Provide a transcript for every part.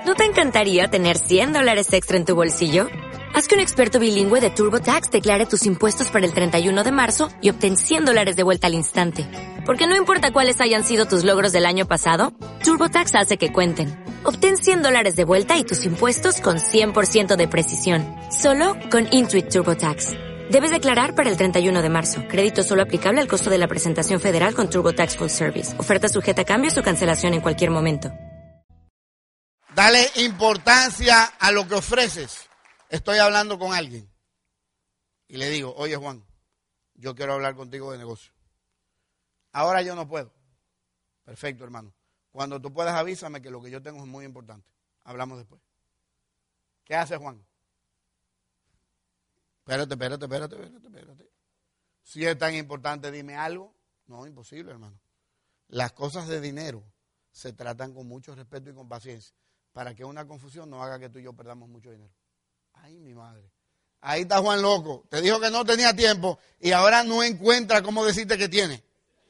¿No te encantaría tener $100 extra en tu bolsillo? Haz que un experto bilingüe de TurboTax declare tus impuestos para el 31 de marzo y obtén $100 de vuelta al instante. Porque no importa cuáles hayan sido tus logros del año pasado, TurboTax hace que cuenten. Obtén $100 de vuelta y tus impuestos con 100% de precisión. Solo con Intuit TurboTax. Debes declarar para el 31 de marzo. Crédito solo aplicable al costo de la presentación federal con TurboTax Full Service. Oferta sujeta a cambios o cancelación en cualquier momento. Dale importancia a lo que ofreces. Estoy hablando con alguien y le digo, oye Juan, yo quiero hablar contigo de negocio. Ahora yo no puedo. Perfecto, hermano. Cuando tú puedas avísame que lo que yo tengo es muy importante. Hablamos después. ¿Qué hace Juan? Espérate. Si es tan importante, dime algo. No, imposible, hermano. Las cosas de dinero se tratan con mucho respeto y con paciencia para que una confusión no haga que tú y yo perdamos mucho dinero. Ay, mi madre. Ahí está Juan loco. Te dijo que no tenía tiempo y ahora no encuentra cómo decirte que tiene.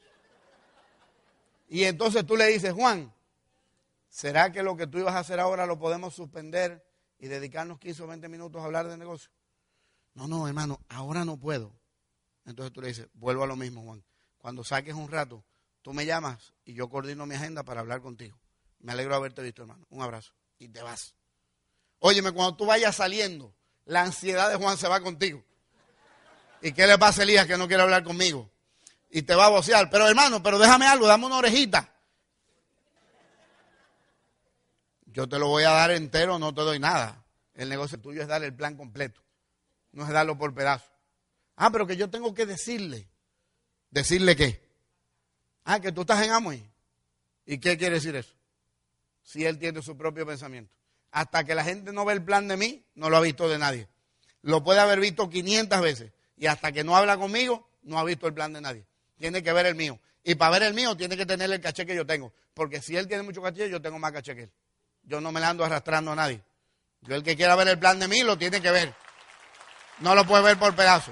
Y entonces tú le dices, Juan, ¿será que lo que tú ibas a hacer ahora lo podemos suspender y dedicarnos 15 o 20 minutos a hablar de negocio? No, hermano, ahora no puedo. Entonces tú le dices, vuelvo a lo mismo, Juan. Cuando saques un rato, tú me llamas y yo coordino mi agenda para hablar contigo. Me alegro de haberte visto, hermano. Un abrazo. Y te vas. Óyeme, cuando tú vayas saliendo, la ansiedad de Juan se va contigo. ¿Y qué le pasa a Elías que no quiere hablar conmigo? Y te va a vocear. Pero hermano, déjame algo, dame una orejita. Yo te lo voy a dar entero, no te doy nada. El negocio tuyo es darle el plan completo. No es darlo por pedazos. Ah, pero que yo tengo que decirle. ¿Decirle qué? Ah, que tú estás en Amway. ¿Y qué quiere decir eso? Si él tiene su propio pensamiento. Hasta que la gente no ve el plan de mí, no lo ha visto de nadie. Lo puede haber visto 500 veces. Y hasta que no habla conmigo, no ha visto el plan de nadie. Tiene que ver el mío. Y para ver el mío, tiene que tener el caché que yo tengo. Porque si él tiene mucho caché, yo tengo más caché que él. Yo no me le ando arrastrando a nadie. Yo el que quiera ver el plan de mí, lo tiene que ver. No lo puede ver por pedazos.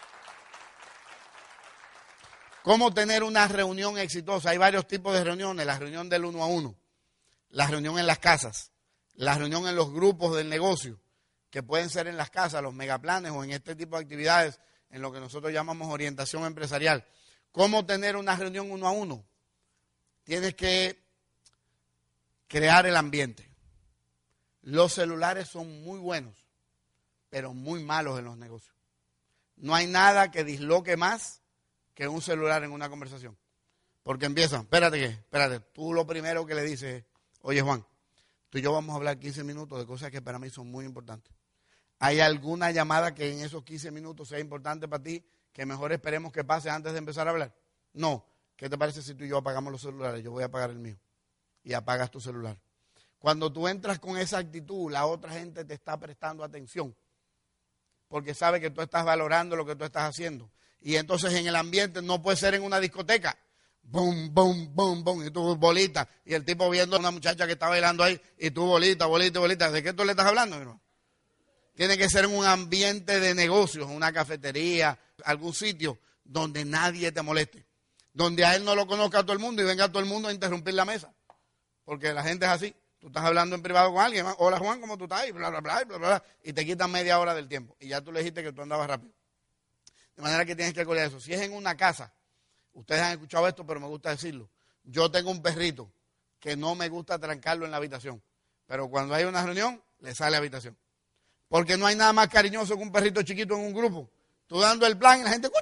¿Cómo tener una reunión exitosa? Hay varios tipos de reuniones. La reunión del 1 a 1. La reunión en las casas. La reunión en los grupos del negocio. Que pueden ser en las casas, los megaplanes o en este tipo de actividades. En lo que nosotros llamamos orientación empresarial. ¿Cómo tener una reunión 1 a 1? Tienes que crear el ambiente. Los celulares son muy buenos, pero muy malos en los negocios. No hay nada que disloque más que un celular en una conversación. Porque empiezan, espérate, tú lo primero que le dices es, oye Juan, tú y yo vamos a hablar 15 minutos de cosas que para mí son muy importantes. ¿Hay alguna llamada que en esos 15 minutos sea importante para ti, que mejor esperemos que pase antes de empezar a hablar? No. ¿Qué te parece si tú y yo apagamos los celulares? Yo voy a apagar el mío. Y apagas tu celular. Cuando tú entras con esa actitud, la otra gente te está prestando atención. Porque sabe que tú estás valorando lo que tú estás haciendo. Y entonces en el ambiente no puede ser en una discoteca. Boom, boom, boom, boom. Y tú bolita. Y el tipo viendo a una muchacha que está bailando ahí. Y tú bolita. ¿De qué tú le estás hablando, hermano? Tiene que ser en un ambiente de negocios, una cafetería, algún sitio donde nadie te moleste. Donde a él no lo conozca todo el mundo y venga todo el mundo a interrumpir la mesa. Porque la gente es así. Tú estás hablando en privado con alguien. Hola Juan, ¿cómo tú estás? Y bla, bla, bla, bla, bla. Y te quitan media hora del tiempo. Y ya tú le dijiste que tú andabas rápido. De manera que tienes que acordar eso. Si es en una casa, ustedes han escuchado esto, pero me gusta decirlo. Yo tengo un perrito que no me gusta trancarlo en la habitación. Pero cuando hay una reunión, le sale a la habitación. Porque no hay nada más cariñoso que un perrito chiquito en un grupo. Tú dando el plan y la gente...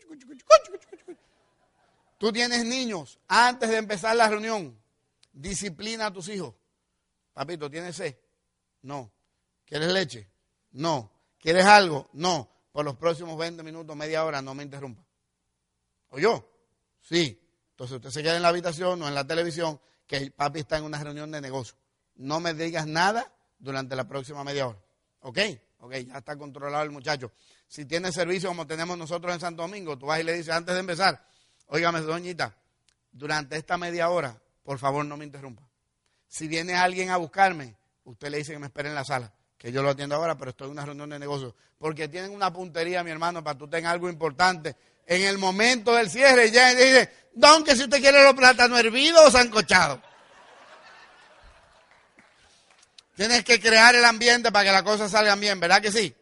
Tú tienes niños. Antes de empezar la reunión, disciplina a tus hijos. Papito, ¿tienes sed? No. ¿Quieres leche? No. ¿Quieres algo? No. Por los próximos 20 minutos, media hora, no me interrumpa. ¿Oyó? Sí. Entonces usted se queda en la habitación o en la televisión que papi está en una reunión de negocio. No me digas nada durante la próxima media hora. ¿Ok? Ok, ya está controlado el muchacho. Si tiene servicio como tenemos nosotros en Santo Domingo, tú vas y le dices antes de empezar, óigame, doñita, durante esta media hora, por favor no me interrumpa. Si viene alguien a buscarme, usted le dice que me espere en la sala, que yo lo atiendo ahora, pero estoy en una reunión de negocios. Porque tienen una puntería, mi hermano, para que tú tengas algo importante. En el momento del cierre, ya dice, don, que si usted quiere los plátanos hervidos o sancochados. Tienes que crear el ambiente para que las cosas salgan bien, ¿verdad que sí?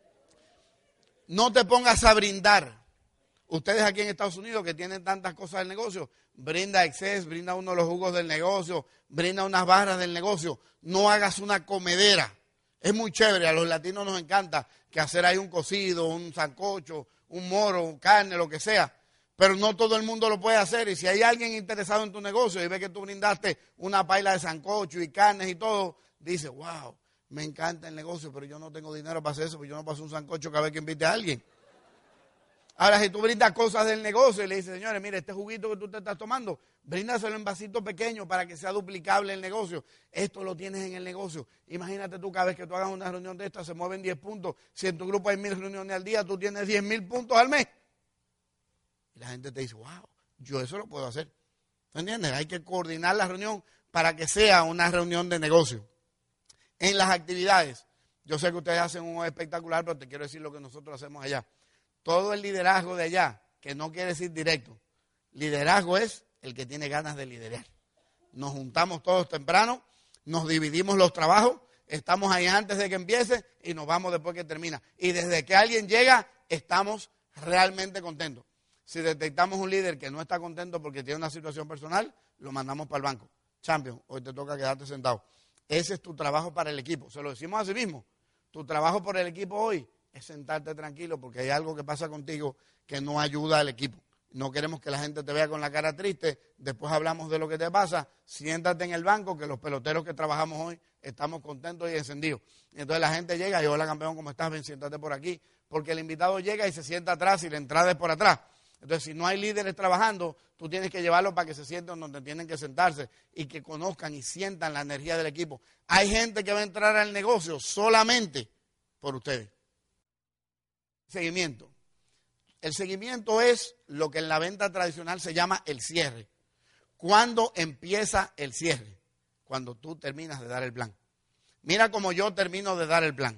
No te pongas a brindar. Ustedes aquí en Estados Unidos que tienen tantas cosas del negocio, brinda Excess, brinda uno de los jugos del negocio, brinda unas barras del negocio. No hagas una comedera. Es muy chévere, a los latinos nos encanta que hacer ahí un cocido, un sancocho, un moro, carne, lo que sea. Pero no todo el mundo lo puede hacer. Y si hay alguien interesado en tu negocio y ve que tú brindaste una paila de sancocho y carnes y todo, dice, wow, me encanta el negocio, pero yo no tengo dinero para hacer eso, porque yo no paso un sancocho cada vez que invite a alguien. Ahora, si tú brindas cosas del negocio y le dices, señores, mire, este juguito que tú te estás tomando, bríndaselo en vasito pequeño para que sea duplicable el negocio. Esto lo tienes en el negocio. Imagínate tú, cada vez que tú hagas una reunión de esta, se mueven 10 puntos. Si en tu grupo hay 1000 reuniones al día, tú tienes 10,000 puntos al mes. Y la gente te dice, wow, yo eso lo puedo hacer. ¿Entiendes? Hay que coordinar la reunión para que sea una reunión de negocio. En las actividades, yo sé que ustedes hacen un espectacular, pero te quiero decir lo que nosotros hacemos allá. Todo el liderazgo de allá, que no quiere decir directo, liderazgo es el que tiene ganas de liderar. Nos juntamos todos temprano, nos dividimos los trabajos, estamos ahí antes de que empiece y nos vamos después que termina. Y desde que alguien llega, estamos realmente contentos. Si detectamos un líder que no está contento porque tiene una situación personal, lo mandamos para el banco. Champion, hoy te toca quedarte sentado. Ese es tu trabajo para el equipo. Se lo decimos a sí mismo. Tu trabajo por el equipo hoy es sentarte tranquilo porque hay algo que pasa contigo que no ayuda al equipo. No queremos que la gente te vea con la cara triste. Después hablamos de lo que te pasa. Siéntate en el banco, que los peloteros que trabajamos hoy estamos contentos y encendidos. Entonces la gente llega y, hola campeón, ¿cómo estás? Ven, siéntate por aquí. Porque el invitado llega y se sienta atrás y la entrada es por atrás. Entonces, si no hay líderes trabajando, tú tienes que llevarlos para que se sienten donde tienen que sentarse y que conozcan y sientan la energía del equipo. Hay gente que va a entrar al negocio solamente por ustedes. Seguimiento. El seguimiento es lo que en la venta tradicional se llama el cierre. ¿Cuándo empieza el cierre? Cuando tú terminas de dar el plan. Mira cómo yo termino de dar el plan.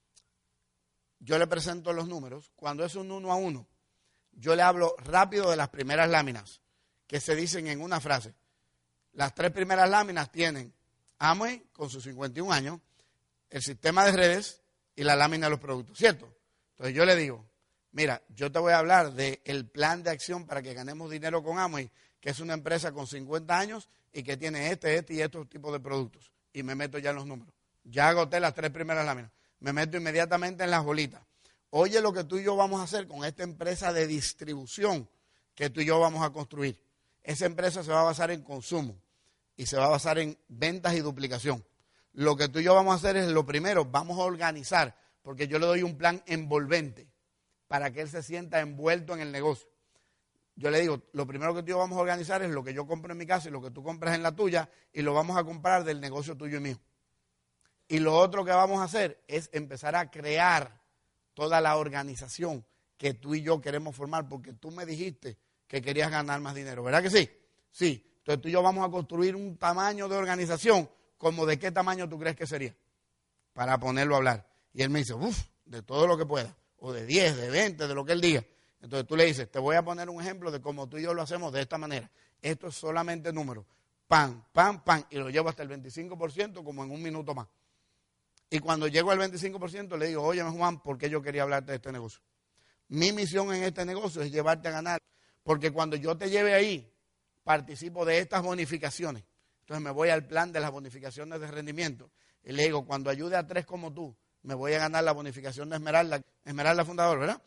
Yo le presento los números. Cuando es un 1 a 1, yo le hablo rápido de las primeras láminas que se dicen en una frase. Las 3 primeras láminas tienen Amway con sus 51 años, el sistema de redes y la lámina de los productos, ¿cierto? Entonces yo le digo, mira, yo te voy a hablar del plan de acción para que ganemos dinero con Amway, que es una empresa con 50 años y que tiene este y estos tipos de productos. Y me meto ya en los números. Ya agoté las 3 primeras láminas. Me meto inmediatamente en las bolitas. Oye, lo que tú y yo vamos a hacer con esta empresa de distribución que tú y yo vamos a construir. Esa empresa se va a basar en consumo y se va a basar en ventas y duplicación. Lo que tú y yo vamos a hacer es, lo primero, vamos a organizar, porque yo le doy un plan envolvente para que él se sienta envuelto en el negocio. Yo le digo, lo primero que tú y yo vamos a organizar es lo que yo compro en mi casa y lo que tú compras en la tuya, y lo vamos a comprar del negocio tuyo y mío. Y lo otro que vamos a hacer es empezar a crear toda la organización que tú y yo queremos formar, porque tú me dijiste que querías ganar más dinero, ¿verdad que sí? Sí. Entonces tú y yo vamos a construir un tamaño de organización, como de qué tamaño tú crees que sería, para ponerlo a hablar. Y él me dice, de todo lo que pueda, o de 10, de 20, de lo que él diga. Entonces tú le dices, te voy a poner un ejemplo de cómo tú y yo lo hacemos de esta manera. Esto es solamente números. Pan, pan, pan, y lo llevo hasta el 25% como en un minuto más. Y cuando llego al 25% le digo, oye Juan, ¿por qué yo quería hablarte de este negocio? Mi misión en este negocio es llevarte a ganar, porque cuando yo te lleve ahí, participo de estas bonificaciones. Entonces me voy al plan de las bonificaciones de rendimiento. Y le digo, cuando ayude a 3 como tú, me voy a ganar la bonificación de Esmeralda Fundador, ¿verdad?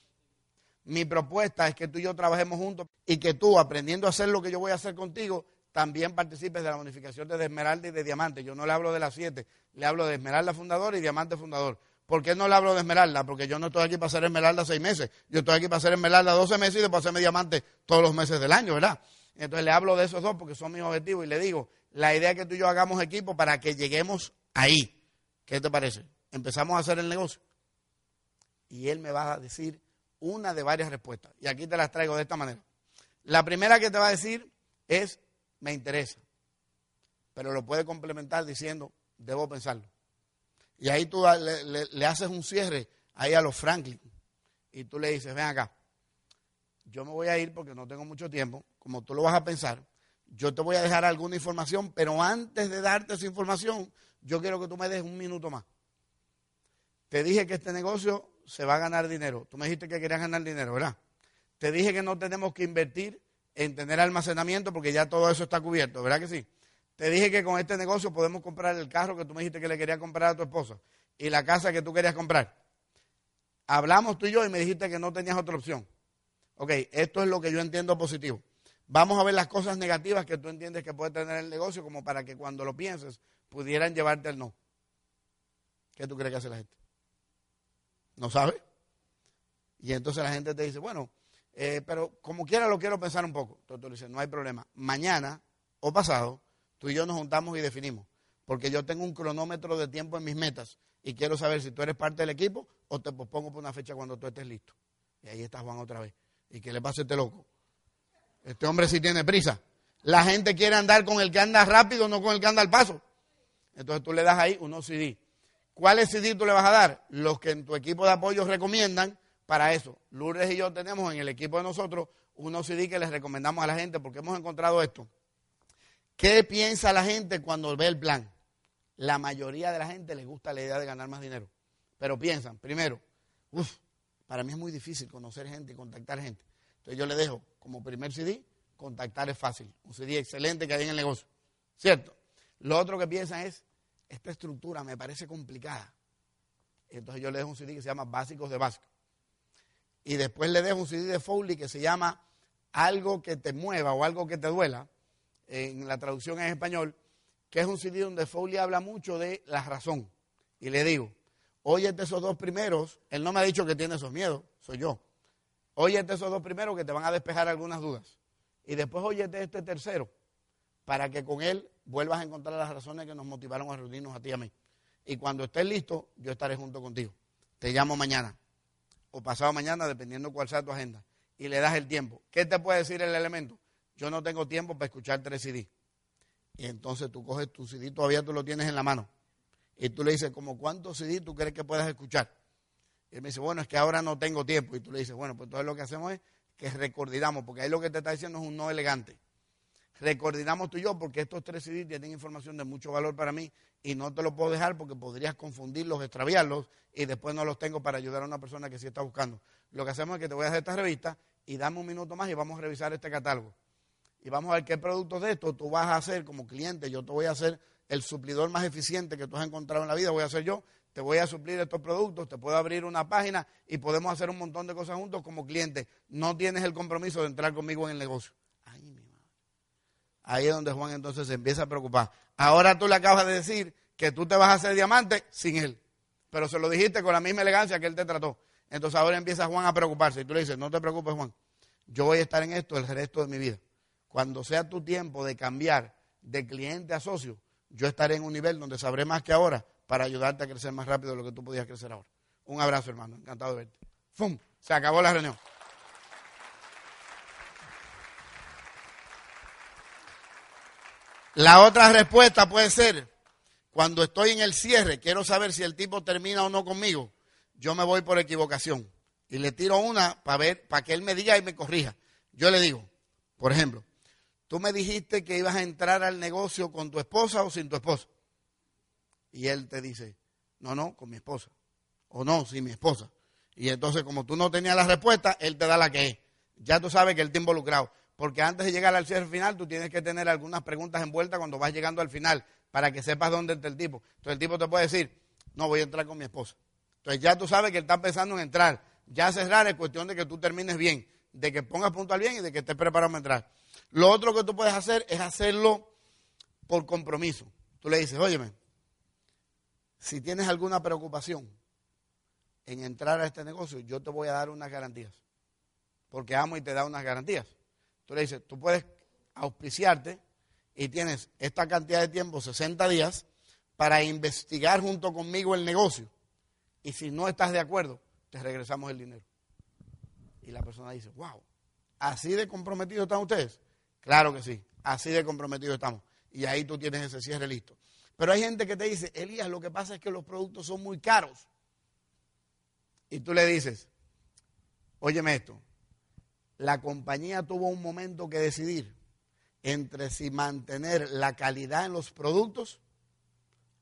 Mi propuesta es que tú y yo trabajemos juntos y que tú, aprendiendo a hacer lo que yo voy a hacer contigo, también participes de la bonificación de Esmeralda y de Diamante. Yo no le hablo de las 7, le hablo de Esmeralda Fundador y Diamante Fundador. ¿Por qué no le hablo de Esmeralda? Porque yo no estoy aquí para hacer Esmeralda 6 meses. Yo estoy aquí para hacer Esmeralda 12 meses y después hacerme Diamante todos los meses del año, ¿verdad? Entonces le hablo de esos dos porque son mis objetivos y le digo, la idea es que tú y yo hagamos equipo para que lleguemos ahí. ¿Qué te parece? Empezamos a hacer el negocio. Y él me va a decir una de varias respuestas. Y aquí te las traigo de esta manera. La primera que te va a decir es, me interesa. Pero lo puede complementar diciendo, debo pensarlo. Y ahí tú le haces un cierre ahí a los Franklin. Y tú le dices, ven acá, yo me voy a ir porque no tengo mucho tiempo. Como tú lo vas a pensar, yo te voy a dejar alguna información, pero antes de darte esa información, yo quiero que tú me des un minuto más. Te dije que este negocio se va a ganar dinero. Tú me dijiste que querías ganar dinero, ¿verdad? Te dije que no tenemos que invertir en tener almacenamiento porque ya todo eso está cubierto, ¿verdad que sí? Te dije que con este negocio podemos comprar el carro que tú me dijiste que le querías comprar a tu esposa y la casa que tú querías comprar. Hablamos tú y yo y me dijiste que no tenías otra opción. Ok, esto es lo que yo entiendo positivo. Vamos a ver las cosas negativas que tú entiendes que puede tener el negocio como para que cuando lo pienses pudieran llevarte al no. ¿Qué tú crees que hace la gente? ¿No sabe? Y entonces la gente te dice, bueno, pero como quiera lo quiero pensar un poco. Entonces tú le dices, no hay problema. Mañana o pasado, tú y yo nos juntamos y definimos. Porque yo tengo un cronómetro de tiempo en mis metas y quiero saber si tú eres parte del equipo o te pospongo por una fecha cuando tú estés listo. Y ahí está Juan otra vez. ¿Y qué le pasa a este loco? Este hombre sí tiene prisa. La gente quiere andar con el que anda rápido, no con el que anda al paso. Entonces tú le das ahí unos CD. ¿Cuáles CD tú le vas a dar? Los que en tu equipo de apoyo recomiendan para eso. Lourdes y yo tenemos en el equipo de nosotros unos CD que les recomendamos a la gente porque hemos encontrado esto. ¿Qué piensa la gente cuando ve el plan? La mayoría de la gente les gusta la idea de ganar más dinero. Pero piensan, primero, para mí es muy difícil conocer gente y contactar gente. Entonces yo le dejo como primer CD, contactar es fácil. Un CD excelente que hay en el negocio. ¿Cierto? Lo otro que piensan es, esta estructura me parece complicada. Entonces yo le dejo un CD que se llama Básicos de Básicos. Y después le dejo un CD de Foley que se llama Algo que te mueva o Algo que te duela, en la traducción en español, que es un CD donde Foley habla mucho de la razón. Y le digo, óyete esos dos primeros, él no me ha dicho que tiene esos miedos, soy yo. Óyete esos dos primeros que te van a despejar algunas dudas. Y después óyete este tercero, para que con él vuelvas a encontrar las razones que nos motivaron a reunirnos a ti y a mí. Y cuando estés listo, yo estaré junto contigo. Te llamo mañana o pasado mañana, dependiendo cuál sea tu agenda. Y le das el tiempo. ¿Qué te puede decir el elemento? Yo no tengo tiempo para escuchar 3 CD. Y entonces tú coges tu CD, todavía tú lo tienes en la mano. Y tú le dices, ¿como cuántos CD tú crees que puedas escuchar? Y él me dice, bueno, es que ahora no tengo tiempo. Y tú le dices, bueno, pues entonces lo que hacemos es que recordinamos, porque ahí lo que te está diciendo es un no elegante. Recordinamos tú y yo, porque estos 3 CD tienen información de mucho valor para mí y no te lo puedo dejar porque podrías confundirlos, extraviarlos y después no los tengo para ayudar a una persona que sí está buscando. Lo que hacemos es que te voy a hacer esta revista y dame un minuto más y vamos a revisar este catálogo. Y vamos a ver qué productos de estos tú vas a hacer como cliente. Yo te voy a hacer el suplidor más eficiente que tú has encontrado en la vida, voy a hacer yo. Te voy a suplir estos productos, te puedo abrir una página y podemos hacer un montón de cosas juntos como cliente. No tienes el compromiso de entrar conmigo en el negocio. Ay, mi madre. Ahí es donde Juan entonces se empieza a preocupar. Ahora tú le acabas de decir que tú te vas a hacer diamante sin él. Pero se lo dijiste con la misma elegancia que él te trató. Entonces ahora empieza Juan a preocuparse. Y tú le dices, no te preocupes, Juan. Yo voy a estar en esto el resto de mi vida. Cuando sea tu tiempo de cambiar de cliente a socio, yo estaré en un nivel donde sabré más que ahora para ayudarte a crecer más rápido de lo que tú podías crecer ahora. Un abrazo, hermano. Encantado de verte. ¡Fum! Se acabó la reunión. La otra respuesta puede ser, cuando estoy en el cierre, quiero saber si el tipo termina o no conmigo, yo me voy por equivocación. Y le tiro una para ver, para que él me diga y me corrija. Yo le digo, por ejemplo, tú me dijiste que ibas a entrar al negocio con tu esposa o sin tu esposa. Y él te dice, no, con mi esposa. O no, sin mi esposa. Y entonces, como tú no tenías la respuesta, él te da la que es. Ya tú sabes que él está involucrado. Porque antes de llegar al cierre final, tú tienes que tener algunas preguntas envueltas cuando vas llegando al final, para que sepas dónde está el tipo. Entonces el tipo te puede decir, no, voy a entrar con mi esposa. Entonces ya tú sabes que él está pensando en entrar. Ya cerrar es cuestión de que tú termines bien, de que pongas puntual bien y de que estés preparado para entrar. Lo otro que tú puedes hacer es hacerlo por compromiso. Tú le dices, óyeme, si tienes alguna preocupación en entrar a este negocio, yo te voy a dar unas garantías. Porque amo y te da unas garantías. Tú le dices, tú puedes auspiciarte y tienes esta cantidad de tiempo, 60 días, para investigar junto conmigo el negocio. Y si no estás de acuerdo, te regresamos el dinero. Y la persona dice, wow, ¿así de comprometidos están ustedes? Claro que sí, así de comprometidos estamos. Y ahí tú tienes ese cierre listo. Pero hay gente que te dice, Elías, lo que pasa es que los productos son muy caros. Y tú le dices, óyeme esto, la compañía tuvo un momento que decidir entre si mantener la calidad en los productos o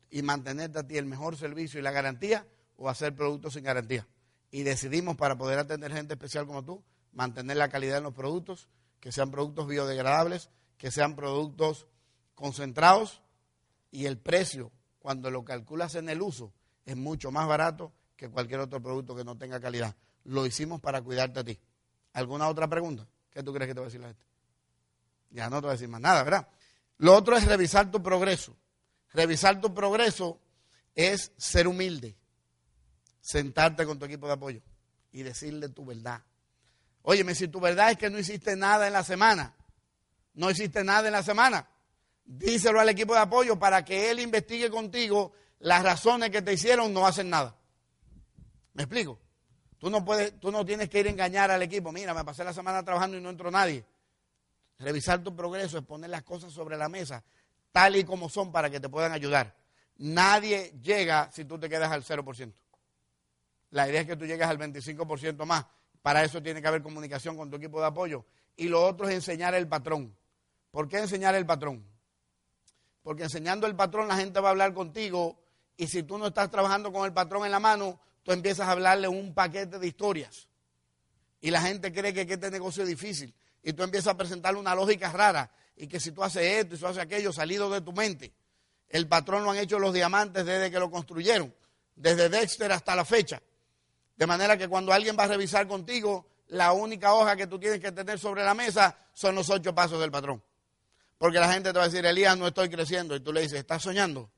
y mantenerte a ti el mejor servicio y la garantía o hacer productos sin garantía. Y decidimos, para poder atender gente especial como tú, mantener la calidad en los productos, que sean productos biodegradables, que sean productos concentrados, y el precio, cuando lo calculas en el uso, es mucho más barato que cualquier otro producto que no tenga calidad. Lo hicimos para cuidarte a ti. ¿Alguna otra pregunta? ¿Qué tú crees que te va a decir la gente? Ya no te va a decir más nada, ¿verdad? Lo otro es revisar tu progreso. Revisar tu progreso es ser humilde, sentarte con tu equipo de apoyo y decirle tu verdad. Óyeme, si tu verdad es que no hiciste nada en la semana, no hiciste nada en la semana, díselo al equipo de apoyo para que él investigue contigo las razones que te hicieron no hacer nada. ¿Me explico? Tú no tienes que ir a engañar al equipo. Mira, me pasé la semana trabajando y no entró nadie. Revisar tu progreso es poner las cosas sobre la mesa tal y como son para que te puedan ayudar. Nadie llega si tú te quedas al 0%. La idea es que tú llegues al 25% más. Para eso tiene que haber comunicación con tu equipo de apoyo. Y lo otro es enseñar el patrón. ¿Por qué enseñar el patrón? Porque enseñando el patrón la gente va a hablar contigo, y si tú no estás trabajando con el patrón en la mano, tú empiezas a hablarle un paquete de historias. Y la gente cree que este negocio es difícil. Y tú empiezas a presentarle una lógica rara. Y que si tú haces esto y si tú haces aquello, salido de tu mente. El patrón lo han hecho los diamantes desde que lo construyeron. Desde Dexter hasta la fecha. De manera que cuando alguien va a revisar contigo, la única hoja que tú tienes que tener sobre la mesa son los 8 pasos del patrón. Porque la gente te va a decir, Elías, no estoy creciendo. Y tú le dices, ¿estás soñando?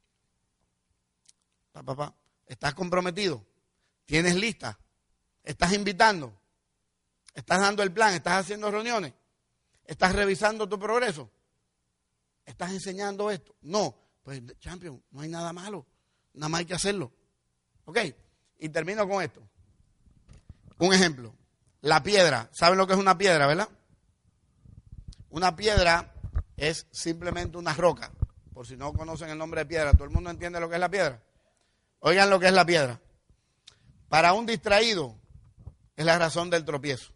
Papá, ¿estás comprometido? ¿Tienes lista? ¿Estás invitando? ¿Estás dando el plan? ¿Estás haciendo reuniones? ¿Estás revisando tu progreso? ¿Estás enseñando esto? No. Pues, champion, no hay nada malo. Nada más hay que hacerlo. ¿Ok? Y termino con esto. Un ejemplo. La piedra. ¿Saben lo que es una piedra, verdad? Una piedra es simplemente una roca. Por si no conocen el nombre de piedra, ¿todo el mundo entiende lo que es la piedra? Oigan lo que es la piedra. Para un distraído es la razón del tropiezo.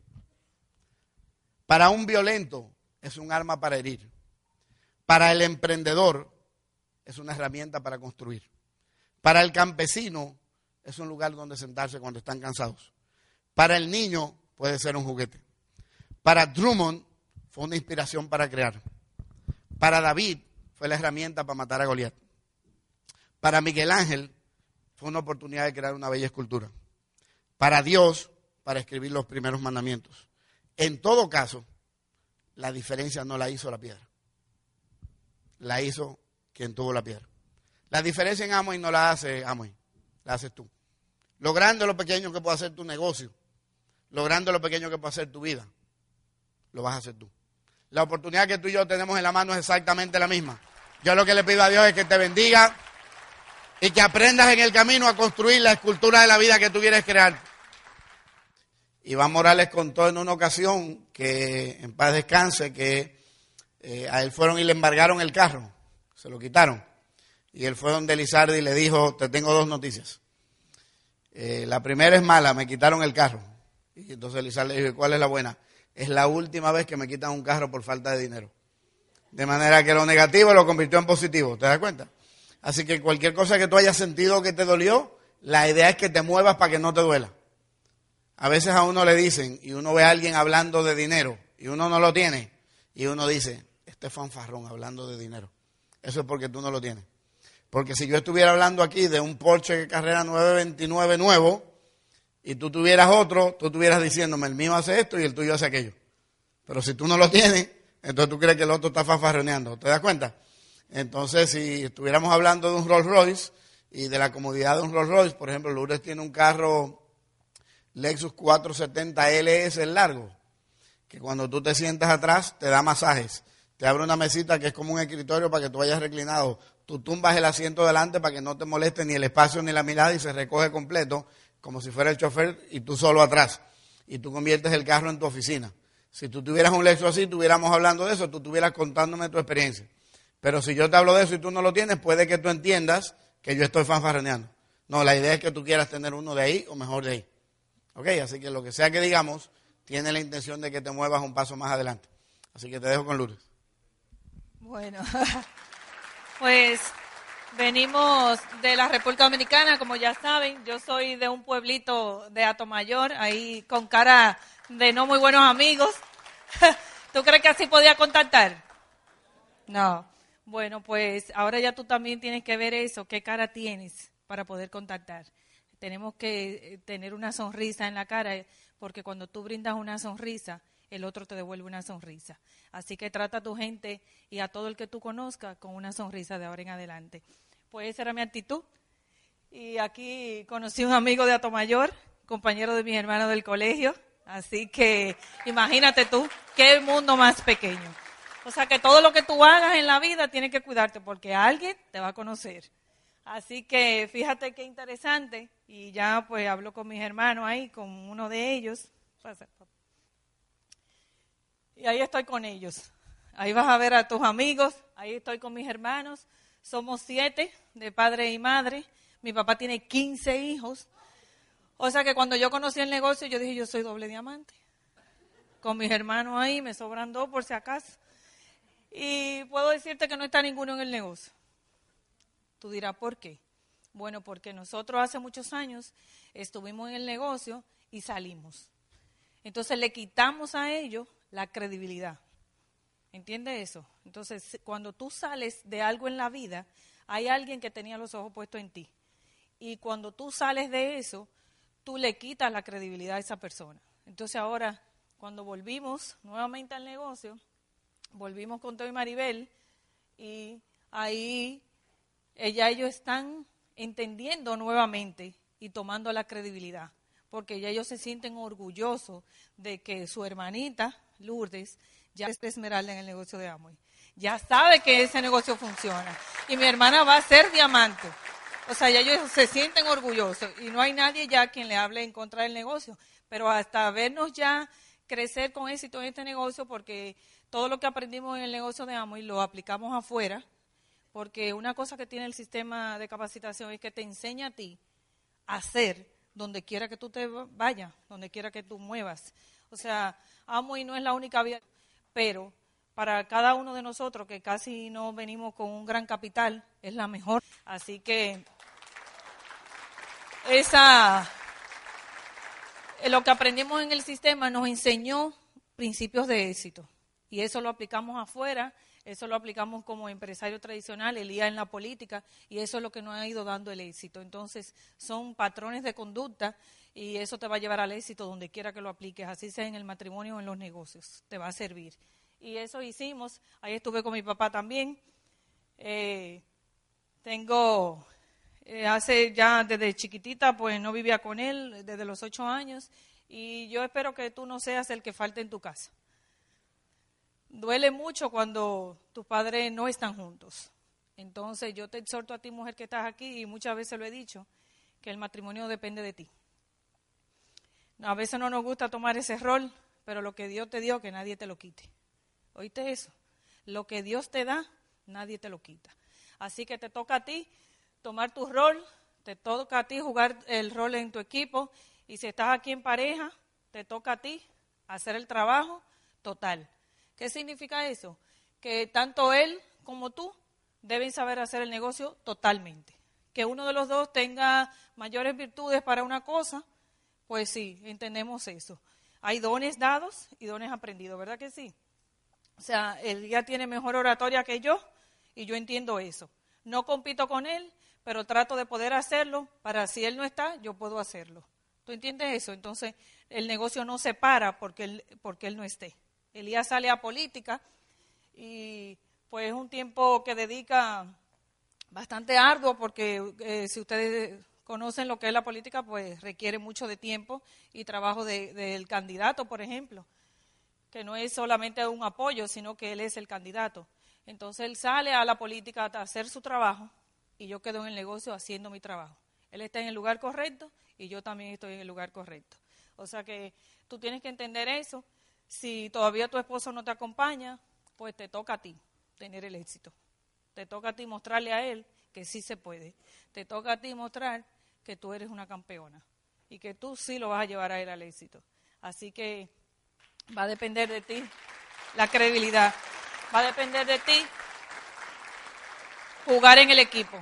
Para un violento es un arma para herir. Para el emprendedor es una herramienta para construir. Para el campesino es un lugar donde sentarse cuando están cansados. Para el niño puede ser un juguete. Para Drummond fue una inspiración para crear. Para David fue la herramienta para matar a Goliat. Para Miguel Ángel fue una oportunidad de crear una bella escultura. Para Dios, para escribir los primeros mandamientos. En todo caso, la diferencia no la hizo la piedra. La hizo quien tuvo la piedra. La diferencia en Amway no la hace Amway, la haces tú. Lo grande o lo pequeño que puede hacer tu negocio, lo grande o lo pequeño que puede hacer tu vida, lo vas a hacer tú. La oportunidad que tú y yo tenemos en la mano es exactamente la misma. Yo lo que le pido a Dios es que te bendiga y que aprendas en el camino a construir la escultura de la vida que tú quieres crear. Iván Morales contó en una ocasión que, en paz descanse, que a él fueron y le embargaron el carro, se lo quitaron. Y él fue donde Lizardi y le dijo, te tengo 2 noticias. La primera es mala, me quitaron el carro. Y entonces Lizardi le dijo, ¿cuál es la buena? Es la última vez que me quitan un carro por falta de dinero. De manera que lo negativo lo convirtió en positivo, ¿te das cuenta? Así que cualquier cosa que tú hayas sentido que te dolió, la idea es que te muevas para que no te duela. A veces a uno le dicen, y uno ve a alguien hablando de dinero, y uno no lo tiene, y uno dice, este fanfarrón hablando de dinero. Eso es porque tú no lo tienes. Porque si yo estuviera hablando aquí de un Porsche Carrera 929 nuevo, y tú tuvieras otro, tú estuvieras diciéndome, el mío hace esto y el tuyo hace aquello. Pero si tú no lo tienes, entonces tú crees que el otro está fanfarroneando. ¿Te das cuenta? Entonces, si estuviéramos hablando de un Rolls Royce y de la comodidad de un Rolls Royce, por ejemplo, Lourdes tiene un carro Lexus 470 LS largo, que cuando tú te sientas atrás te da masajes. Te abre una mesita que es como un escritorio para que tú vayas reclinado. Tú tumbas el asiento delante para que no te moleste ni el espacio ni la mirada y se recoge completo, como si fuera el chofer y tú solo atrás. Y tú conviertes el carro en tu oficina. Si tú tuvieras un Lexus así, estuviéramos hablando de eso, tú estuvieras contándome tu experiencia. Pero si yo te hablo de eso y tú no lo tienes, puede que tú entiendas que yo estoy fanfarroneando. No, la idea es que tú quieras tener uno de ahí o mejor de ahí. ¿Ok? Así que lo que sea que digamos, tiene la intención de que te muevas un paso más adelante. Así que te dejo con Lourdes. Bueno, pues Venimos de la República Dominicana, como ya saben. Yo soy de un pueblito de Atomayor, ahí con cara de no muy buenos amigos. ¿Tú crees que así podía contactar? No. Bueno, pues ahora ya tú también tienes que ver eso, qué cara tienes para poder contactar. Tenemos que tener una sonrisa en la cara, porque cuando tú brindas una sonrisa, el otro te devuelve una sonrisa. Así que trata a tu gente y a todo el que tú conozcas con una sonrisa de ahora en adelante. Pues esa era mi actitud. Y aquí conocí un amigo de Atomayor, compañero de mis hermanos del colegio. Así que imagínate tú, qué mundo más pequeño. O sea que todo lo que tú hagas en la vida tienes que cuidarte porque alguien te va a conocer. Así que fíjate qué interesante. Y ya pues hablo con mis hermanos ahí, con uno de ellos. Y ahí estoy con ellos. Ahí vas a ver a tus amigos. Ahí estoy con mis hermanos. Somos 7 de padre y madre. Mi papá tiene 15 hijos. O sea que cuando yo conocí el negocio, yo dije, yo soy doble diamante. Con mis hermanos ahí, me sobran 2 por si acaso. Y puedo decirte que no está ninguno en el negocio. Tú dirás, ¿por qué? Bueno, porque nosotros hace muchos años estuvimos en el negocio y salimos. Entonces le quitamos a ellos la credibilidad. ¿Entiendes eso? Entonces, cuando tú sales de algo en la vida, hay alguien que tenía los ojos puestos en ti. Y cuando tú sales de eso, tú le quitas la credibilidad a esa persona. Entonces ahora, cuando volvimos nuevamente al negocio, volvimos con Teo y Maribel, y ahí ellos están entendiendo nuevamente y tomando la credibilidad, porque ya ellos se sienten orgullosos de que su hermanita, Lourdes, ya es esmeralda en el negocio de Amway. Ya sabe que ese negocio funciona. Y mi hermana va a ser diamante. O sea, ya ellos se sienten orgullosos y no hay nadie ya quien le hable en contra del negocio. Pero hasta vernos ya crecer con éxito en este negocio, porque todo lo que aprendimos en el negocio de Amway lo aplicamos afuera, porque una cosa que tiene el sistema de capacitación es que te enseña a ti a hacer donde quiera que tú te vayas, donde quiera que tú muevas. O sea, Amway no es la única vía, pero para cada uno de nosotros que casi no venimos con un gran capital, es la mejor. Así que lo que aprendimos en el sistema nos enseñó principios de éxito. Y eso lo aplicamos afuera, eso lo aplicamos como empresario tradicional, Elías en la política, y eso es lo que nos ha ido dando el éxito. Entonces, son patrones de conducta y eso te va a llevar al éxito donde quiera que lo apliques, así sea en el matrimonio o en los negocios, te va a servir. Y eso hicimos, ahí estuve con mi papá también. Hace ya desde chiquitita, pues no vivía con él, desde los 8 años, y yo espero que tú no seas el que falte en tu casa. Duele mucho cuando tus padres no están juntos. Entonces yo te exhorto a ti, mujer que estás aquí, y muchas veces lo he dicho, que el matrimonio depende de ti. A veces no nos gusta tomar ese rol, pero lo que Dios te dio, que nadie te lo quite. ¿Oíste eso? Lo que Dios te da, nadie te lo quita. Así que te toca a ti tomar tu rol, te toca a ti jugar el rol en tu equipo, y si estás aquí en pareja, te toca a ti hacer el trabajo total. ¿Qué significa eso? Que tanto él como tú deben saber hacer el negocio totalmente. Que uno de los dos tenga mayores virtudes para una cosa, pues sí, entendemos eso. Hay dones dados y dones aprendidos, ¿verdad que sí? O sea, él ya tiene mejor oratoria que yo y yo entiendo eso. No compito con él, pero trato de poder hacerlo para si él no está, yo puedo hacerlo. ¿Tú entiendes eso? Entonces, el negocio no se para porque él no esté. Elías sale a política y pues es un tiempo que dedica bastante arduo porque si ustedes conocen lo que es la política, pues requiere mucho de tiempo y trabajo del candidato, por ejemplo, que no es solamente un apoyo, sino que él es el candidato. Entonces él sale a la política a hacer su trabajo y yo quedo en el negocio haciendo mi trabajo. Él está en el lugar correcto y yo también estoy en el lugar correcto. O sea que tú tienes que entender eso. Si todavía tu esposo no te acompaña, pues te toca a ti tener el éxito. Te toca a ti mostrarle a él que sí se puede. Te toca a ti mostrar que tú eres una campeona y que tú sí lo vas a llevar a él al éxito. Así que va a depender de ti la credibilidad. Va a depender de ti jugar en el equipo.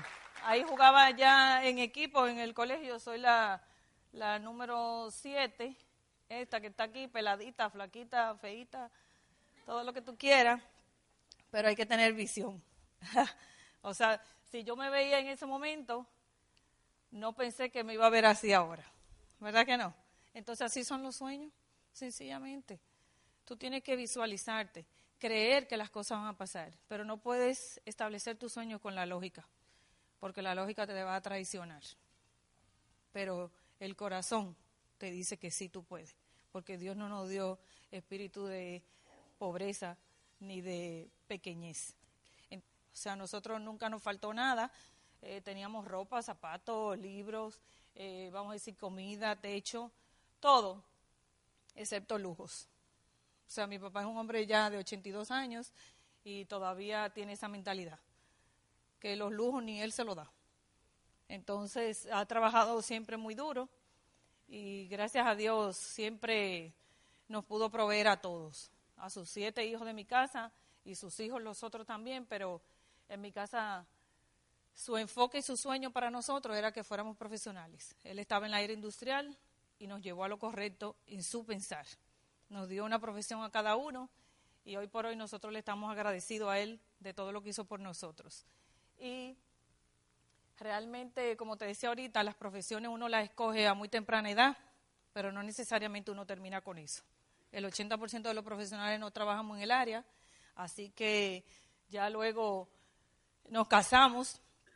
ahí jugaba ya en equipo en el colegio. Soy la número 7, esta que está aquí, peladita, flaquita, feíta, todo lo que tú quieras, pero hay que tener visión. O sea, si yo me veía en ese momento, no pensé que me iba a ver así ahora, ¿verdad que no? Entonces así son los sueños, sencillamente. Tú tienes que visualizarte, creer que las cosas van a pasar, pero no puedes establecer tus sueños con la lógica, porque la lógica te va a traicionar. Pero el corazón te dice que sí tú puedes, porque Dios no nos dio espíritu de pobreza ni de pequeñez. O sea, a nosotros nunca nos faltó nada. Teníamos ropa, zapatos, libros, vamos a decir comida, techo, todo, excepto lujos. O sea, mi papá es un hombre ya de 82 años y todavía tiene esa mentalidad, que los lujos ni él se los da. Entonces, ha trabajado siempre muy duro y gracias a Dios siempre nos pudo proveer a todos, a sus 7 hijos de mi casa y sus hijos los otros también, pero en mi casa su enfoque y su sueño para nosotros era que fuéramos profesionales. Él estaba en la era industrial y nos llevó a lo correcto en su pensar. Nos dio una profesión a cada uno y hoy por hoy nosotros le estamos agradecidos a él de todo lo que hizo por nosotros. Y realmente, como te decía ahorita, las profesiones uno las escoge a muy temprana edad, pero no necesariamente uno termina con eso. El 80% de los profesionales no trabajamos en el área, así que ya luego nos casamos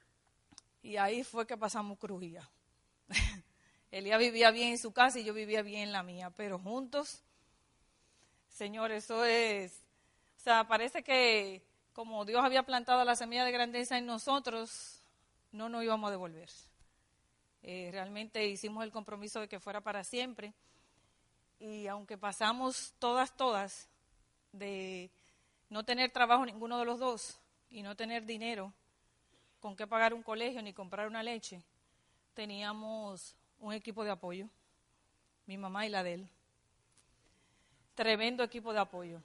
y ahí fue que pasamos crujía. Elías vivía bien en su casa y yo vivía bien en la mía, pero juntos, Señor, eso es, o sea, parece que como Dios había plantado la semilla de grandeza en nosotros, no nos íbamos a devolver. Realmente hicimos el compromiso de que fuera para siempre y aunque pasamos todas, de no tener trabajo ninguno de los dos y no tener dinero con qué pagar un colegio ni comprar una leche, teníamos un equipo de apoyo, mi mamá y la de él. Tremendo equipo de apoyo.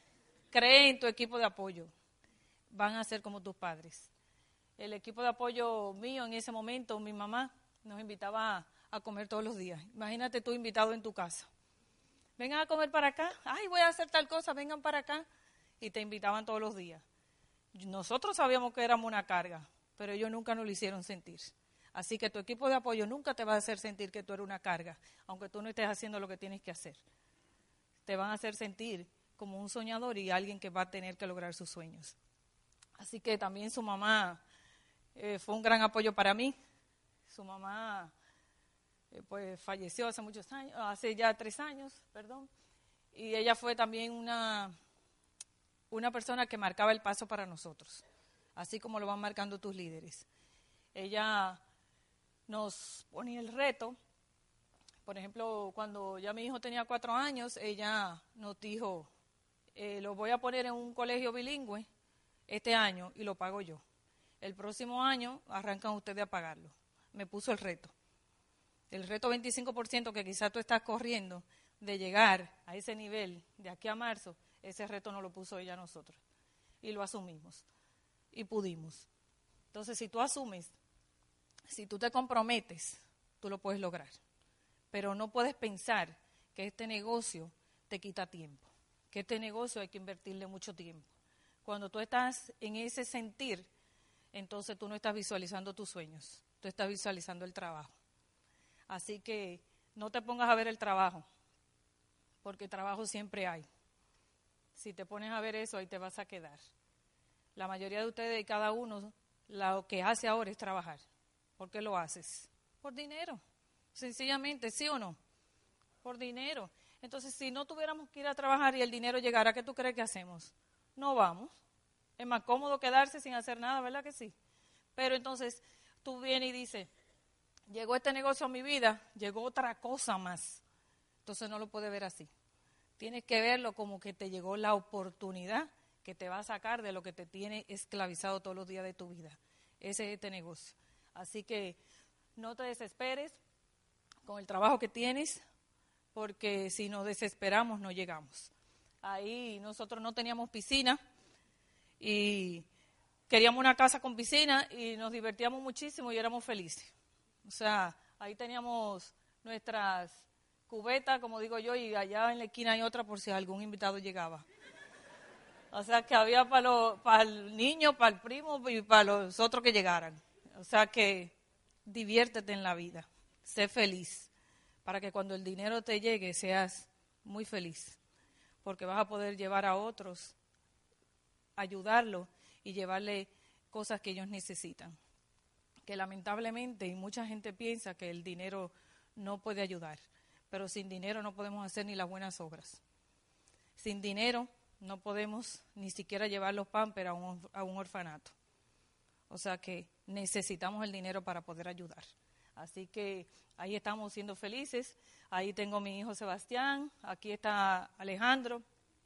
Cree en tu equipo de apoyo. Van a ser como tus padres. El equipo de apoyo mío en ese momento, mi mamá nos invitaba a comer todos los días. Imagínate tú invitado en tu casa. Vengan a comer para acá. Ay, voy a hacer tal cosa, vengan para acá. Y te invitaban todos los días. Nosotros sabíamos que éramos una carga, pero ellos nunca nos lo hicieron sentir. Así que tu equipo de apoyo nunca te va a hacer sentir que tú eres una carga, aunque tú no estés haciendo lo que tienes que hacer. Te van a hacer sentir como un soñador y alguien que va a tener que lograr sus sueños. Así que también su mamá fue un gran apoyo para mí. Su mamá pues falleció hace muchos años, hace ya 3 años, perdón. Y ella fue también una persona que marcaba el paso para nosotros, así como lo van marcando tus líderes. Ella nos ponía el reto. Por ejemplo, cuando ya mi hijo tenía 4 años, ella nos dijo, lo voy a poner en un colegio bilingüe este año y lo pago yo. El próximo año arrancan ustedes a pagarlo. Me puso el reto. El reto 25% que quizás tú estás corriendo de llegar a ese nivel de aquí a marzo, ese reto nos lo puso ella a nosotros. Y lo asumimos. Y pudimos. Entonces, si tú asumes, si tú te comprometes, tú lo puedes lograr. Pero no puedes pensar que este negocio te quita tiempo, que este negocio hay que invertirle mucho tiempo. Cuando tú estás en ese sentir, entonces tú no estás visualizando tus sueños, tú estás visualizando el trabajo. Así que no te pongas a ver el trabajo, porque trabajo siempre hay. Si te pones a ver eso, ahí te vas a quedar. La mayoría de ustedes y cada uno, lo que hace ahora es trabajar. ¿Por qué lo haces? Por dinero. Sencillamente, ¿sí o no? Por dinero. Entonces, si no tuviéramos que ir a trabajar y el dinero llegara, ¿qué tú crees que hacemos? No vamos. Es más cómodo quedarse sin hacer nada, ¿verdad que sí? Pero entonces, tú vienes y dices, llegó este negocio a mi vida, llegó otra cosa más. Entonces, no lo puedes ver así. Tienes que verlo como que te llegó la oportunidad que te va a sacar de lo que te tiene esclavizado todos los días de tu vida. Ese es este negocio. Así que no te desesperes con el trabajo que tienes, porque si nos desesperamos no llegamos. Ahí nosotros no teníamos piscina y queríamos una casa con piscina y nos divertíamos muchísimo y éramos felices. O sea, ahí teníamos nuestras cubetas, como digo yo, y allá en la esquina hay otra por si algún invitado llegaba. O sea, que había para el niño, para el primo y para los otros que llegaran. O sea, que diviértete en la vida, sé feliz, para que cuando el dinero te llegue seas muy feliz, porque vas a poder llevar a otros, ayudarlos y llevarle cosas que ellos necesitan. Que lamentablemente, y mucha gente piensa que el dinero no puede ayudar, pero sin dinero no podemos hacer ni las buenas obras. Sin dinero no podemos ni siquiera llevar los Pampers a un orfanato. O sea que necesitamos el dinero para poder ayudar. Así que ahí estamos siendo felices. Ahí tengo a mi hijo Sebastián, aquí está Alejandro.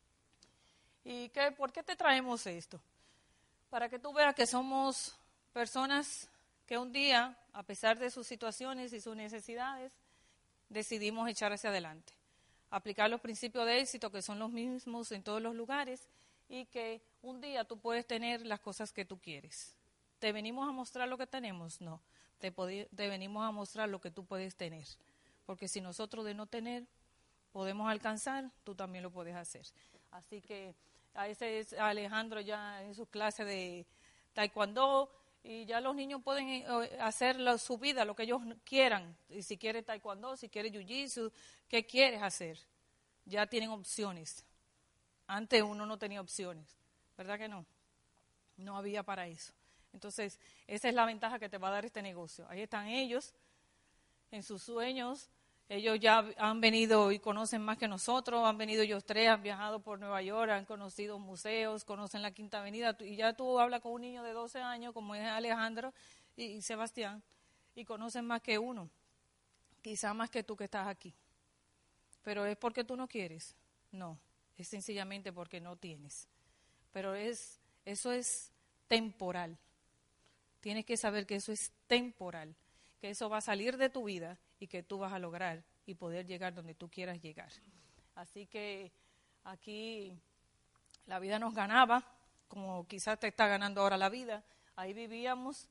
¿Y por qué te traemos esto? Para que tú veas que somos personas que un día, a pesar de sus situaciones y sus necesidades, decidimos echar hacia adelante. Aplicar los principios de éxito, que son los mismos en todos los lugares, y que un día tú puedes tener las cosas que tú quieres. ¿Te venimos a mostrar lo que tenemos? No. Te venimos a mostrar lo que tú puedes tener. Porque si nosotros de no tener podemos alcanzar, tú también lo puedes hacer. Así que a ese es Alejandro ya en su clase de taekwondo, y ya los niños pueden hacer su vida, lo que ellos quieran. Y si quieres taekwondo, si quieres jiu-jitsu, ¿qué quieres hacer? Ya tienen opciones. Antes uno no tenía opciones, ¿verdad que no? No había para eso. Entonces, esa es la ventaja que te va a dar este negocio. Ahí están ellos, en sus sueños. Ellos ya han venido y conocen más que nosotros. Han venido ellos tres, han viajado por Nueva York, han conocido museos, conocen la Quinta Avenida. Y ya tú hablas con un niño de 12 años, como es Alejandro y Sebastián, y conocen más que uno. Quizá más que tú que estás aquí. Pero ¿es porque tú no quieres? No, es sencillamente porque no tienes. Pero eso es temporal. Tienes que saber que eso es temporal, que eso va a salir de tu vida y que tú vas a lograr y poder llegar donde tú quieras llegar. Así que aquí la vida nos ganaba, como quizás te está ganando ahora la vida. Ahí vivíamos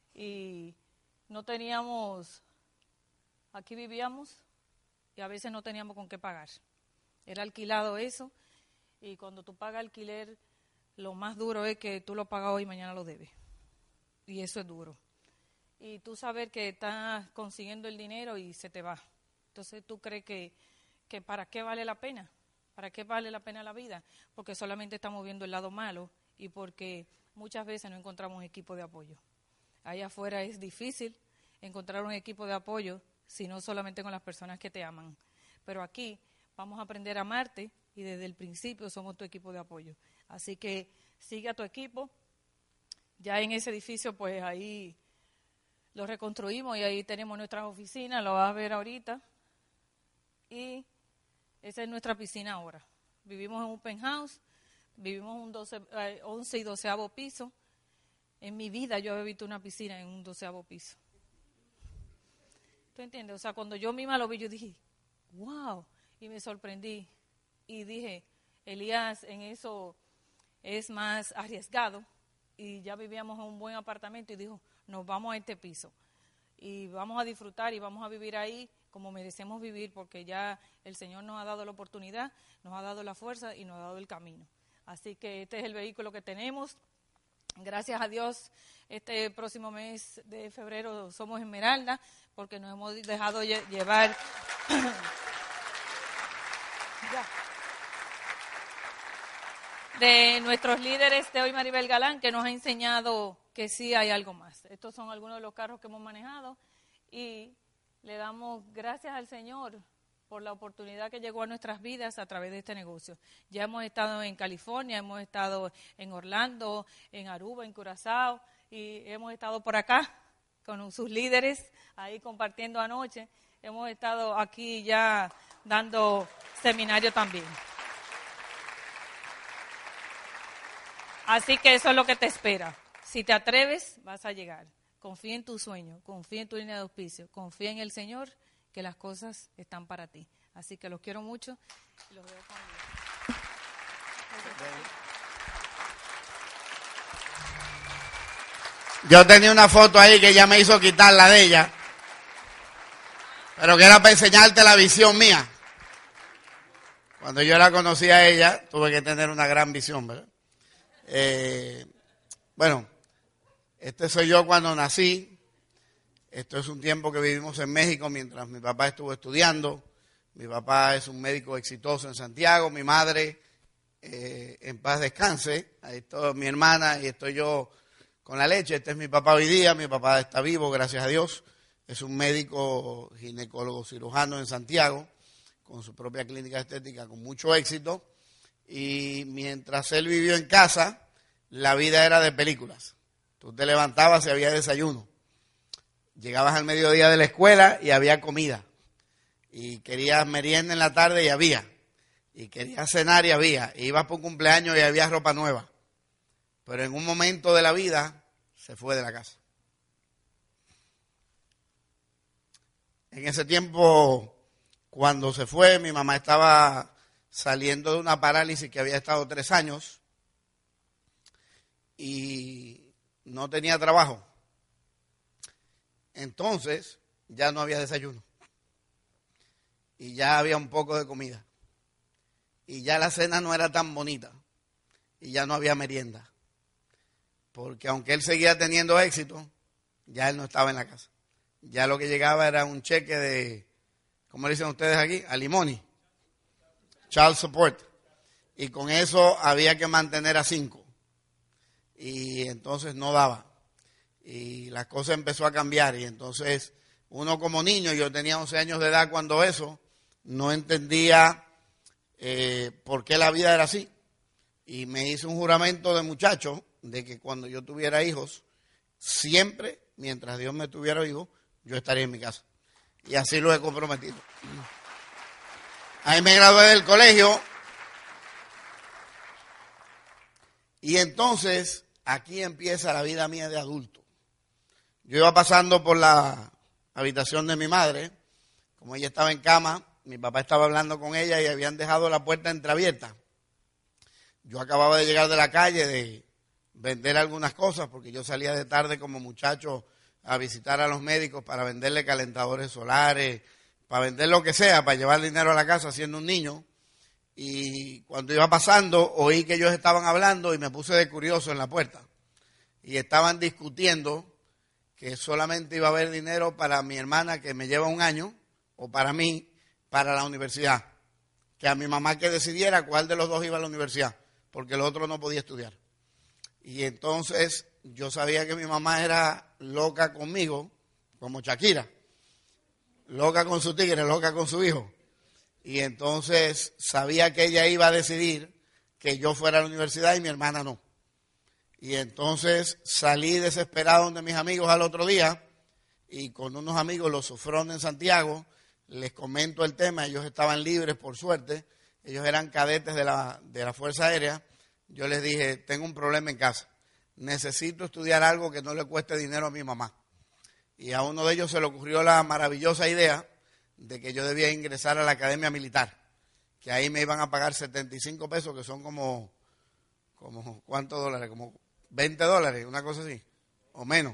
y no teníamos, aquí vivíamos y a veces no teníamos con qué pagar. Era alquilado eso, y cuando tú pagas alquiler, lo más duro es que tú lo pagas hoy y mañana lo debes. Y eso es duro. Y tú saber que estás consiguiendo el dinero y se te va. Entonces tú crees que ¿para qué vale la pena? ¿Para qué vale la pena la vida? Porque solamente estamos viendo el lado malo y porque muchas veces no encontramos equipo de apoyo. Allá afuera es difícil encontrar un equipo de apoyo, sino solamente con las personas que te aman. Pero aquí vamos a aprender a amarte y desde el principio somos tu equipo de apoyo. Así que sigue a tu equipo. Ya en ese edificio, pues ahí lo reconstruimos y ahí tenemos nuestras oficinas, lo vas a ver ahorita. Y esa es nuestra piscina ahora. Vivimos en un penthouse, vivimos en un 11 y 12avo piso. En mi vida yo he visto una piscina en un 12avo piso. ¿Tú entiendes? O sea, cuando yo misma lo vi, yo dije, wow, y me sorprendí. Y dije, Elías, en eso es más arriesgado. Y ya vivíamos en un buen apartamento y dijo, nos vamos a este piso y vamos a disfrutar y vamos a vivir ahí como merecemos vivir, porque ya el Señor nos ha dado la oportunidad, nos ha dado la fuerza y nos ha dado el camino. Así que este es el vehículo que tenemos. Gracias a Dios, este próximo mes de febrero somos Esmeralda, porque nos hemos dejado llevar de nuestros líderes, Teo y Maribel Galán, que nos ha enseñado que sí hay algo más. Estos son algunos de los carros que hemos manejado y le damos gracias al Señor por la oportunidad que llegó a nuestras vidas a través de este negocio. Ya hemos estado en California, hemos estado en Orlando, en Aruba, en Curazao, y hemos estado por acá con sus líderes, ahí compartiendo anoche. Hemos estado aquí ya dando seminario también. Así que eso es lo que te espera. Si te atreves, vas a llegar. Confía en tu sueño, confía en tu línea de auspicio, confía en el Señor, que las cosas están para ti. Así que los quiero mucho y los veo con Dios. Yo tenía una foto ahí que ella me hizo quitar la de ella, pero que era para enseñarte la visión mía. Cuando yo la conocí a ella, tuve que tener una gran visión, ¿verdad? Bueno, este soy yo cuando nací. Esto es un tiempo que vivimos en México mientras mi papá estuvo estudiando. Mi papá es un médico exitoso en Santiago. Mi madre, en paz descanse. Ahí está mi hermana y estoy yo con la leche. Este es mi papá hoy día. Mi papá está vivo, gracias a Dios. Es un médico ginecólogo cirujano en Santiago, con su propia clínica estética, con mucho éxito. Y mientras él vivió en casa, la vida era de películas. Tú te levantabas y había desayuno. Llegabas al mediodía de la escuela y había comida. Y querías merienda en la tarde y había. Y querías cenar y había. Y ibas por un cumpleaños y había ropa nueva. Pero en un momento de la vida se fue de la casa. En ese tiempo, cuando se fue, mi mamá estaba saliendo de una parálisis que había estado 3 años y no tenía trabajo. Entonces, ya no había desayuno. Y ya había un poco de comida. Y ya la cena no era tan bonita. Y ya no había merienda. Porque aunque él seguía teniendo éxito, ya él no estaba en la casa. Ya lo que llegaba era un cheque de, ¿cómo le dicen ustedes aquí? Alimony. Child support. Y con eso había que mantener a 5. Y entonces no daba. Y la cosa empezó a cambiar. Y entonces uno como niño, yo tenía 11 años de edad cuando eso, no entendía por qué la vida era así. Y me hice un juramento de muchacho de que cuando yo tuviera hijos, siempre, mientras Dios me tuviera vivo, yo estaría en mi casa. Y así lo he comprometido. Ahí me gradué del colegio. Y entonces, aquí empieza la vida mía de adulto. Yo iba pasando por la habitación de mi madre. Como ella estaba en cama, mi papá estaba hablando con ella y habían dejado la puerta entreabierta. Yo acababa de llegar de la calle de vender algunas cosas, porque yo salía de tarde como muchacho a visitar a los médicos para venderle calentadores solares, para vender lo que sea, para llevar dinero a la casa siendo un niño. Y cuando iba pasando, oí que ellos estaban hablando y me puse de curioso en la puerta. Y estaban discutiendo que solamente iba a haber dinero para mi hermana, que me lleva 1 año, o para mí, para la universidad. Que a mi mamá que decidiera cuál de los dos iba a la universidad, porque el otro no podía estudiar. Y entonces yo sabía que mi mamá era loca conmigo, como Shakira, loca con su tigre, loca con su hijo. Y entonces sabía que ella iba a decidir que yo fuera a la universidad y mi hermana no. Y entonces salí desesperado donde mis amigos al otro día y con unos amigos, los Sofrón en Santiago, les comento el tema. Ellos estaban libres por suerte, ellos eran cadetes de la Fuerza Aérea. Yo les dije, tengo un problema en casa, necesito estudiar algo que no le cueste dinero a mi mamá. Y a uno de ellos se le ocurrió la maravillosa idea de que yo debía ingresar a la Academia Militar, que ahí me iban a pagar 75 pesos, que son como ¿cuántos dólares? Como $20, una cosa así, o menos.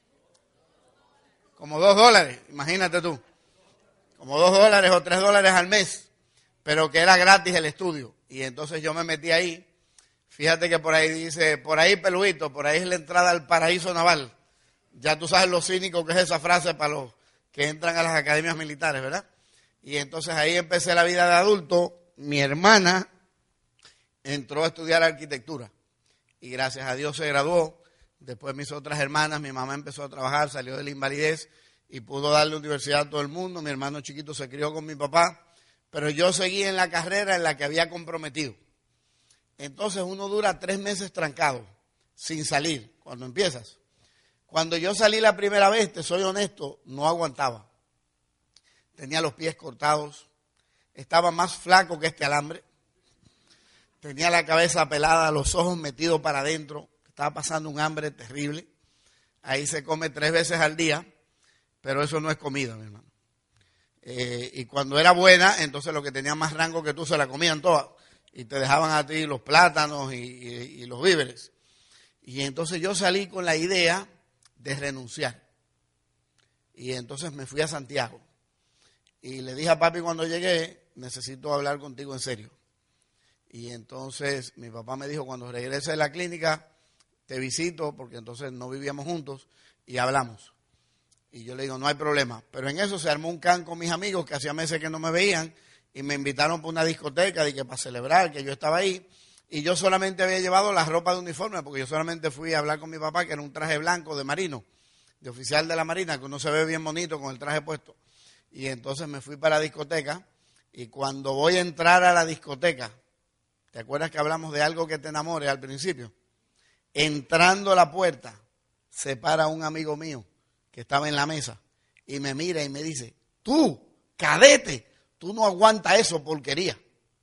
Como $2, imagínate tú. Como $2 o $3 al mes, pero que era gratis el estudio. Y entonces yo me metí ahí. Fíjate que por ahí dice, por ahí Peluito, por ahí es la entrada al paraíso naval. Ya tú sabes lo cínico que es esa frase para los que entran a las academias militares, ¿verdad? Y entonces ahí empecé la vida de adulto. Mi hermana entró a estudiar arquitectura y gracias a Dios se graduó. Después mis otras hermanas, mi mamá empezó a trabajar, salió de la invalidez y pudo darle universidad a todo el mundo. Mi hermano chiquito se crió con mi papá, pero yo seguí en la carrera en la que había comprometido. Entonces uno dura 3 meses trancado, sin salir, cuando empiezas. Cuando yo salí la primera vez, te soy honesto, no aguantaba. Tenía los pies cortados, estaba más flaco que este alambre, tenía la cabeza pelada, los ojos metidos para adentro, estaba pasando un hambre terrible. Ahí se come 3 veces al día, pero eso no es comida, mi hermano. Y cuando era buena, entonces los que tenían más rango que tú se la comían todas y te dejaban a ti los plátanos y los víveres. Y entonces yo salí con la idea de renunciar. Y entonces me fui a Santiago. Y le dije a papi cuando llegué, necesito hablar contigo en serio. Y entonces mi papá me dijo, cuando regrese de la clínica, te visito, porque entonces no vivíamos juntos, y hablamos. Y yo le digo, no hay problema. Pero en eso se armó un can con mis amigos que hacía meses que no me veían, y me invitaron para una discoteca, de que para celebrar que yo estaba ahí. Y yo solamente había llevado la ropa de uniforme, porque yo solamente fui a hablar con mi papá, que era un traje blanco de marino, de oficial de la Marina, que uno se ve bien bonito con el traje puesto. Y entonces me fui para la discoteca, y cuando voy a entrar a la discoteca, ¿te acuerdas que hablamos de algo que te enamore al principio? Entrando a la puerta, se para un amigo mío que estaba en la mesa, y me mira y me dice, tú, cadete, tú no aguantas eso, porquería.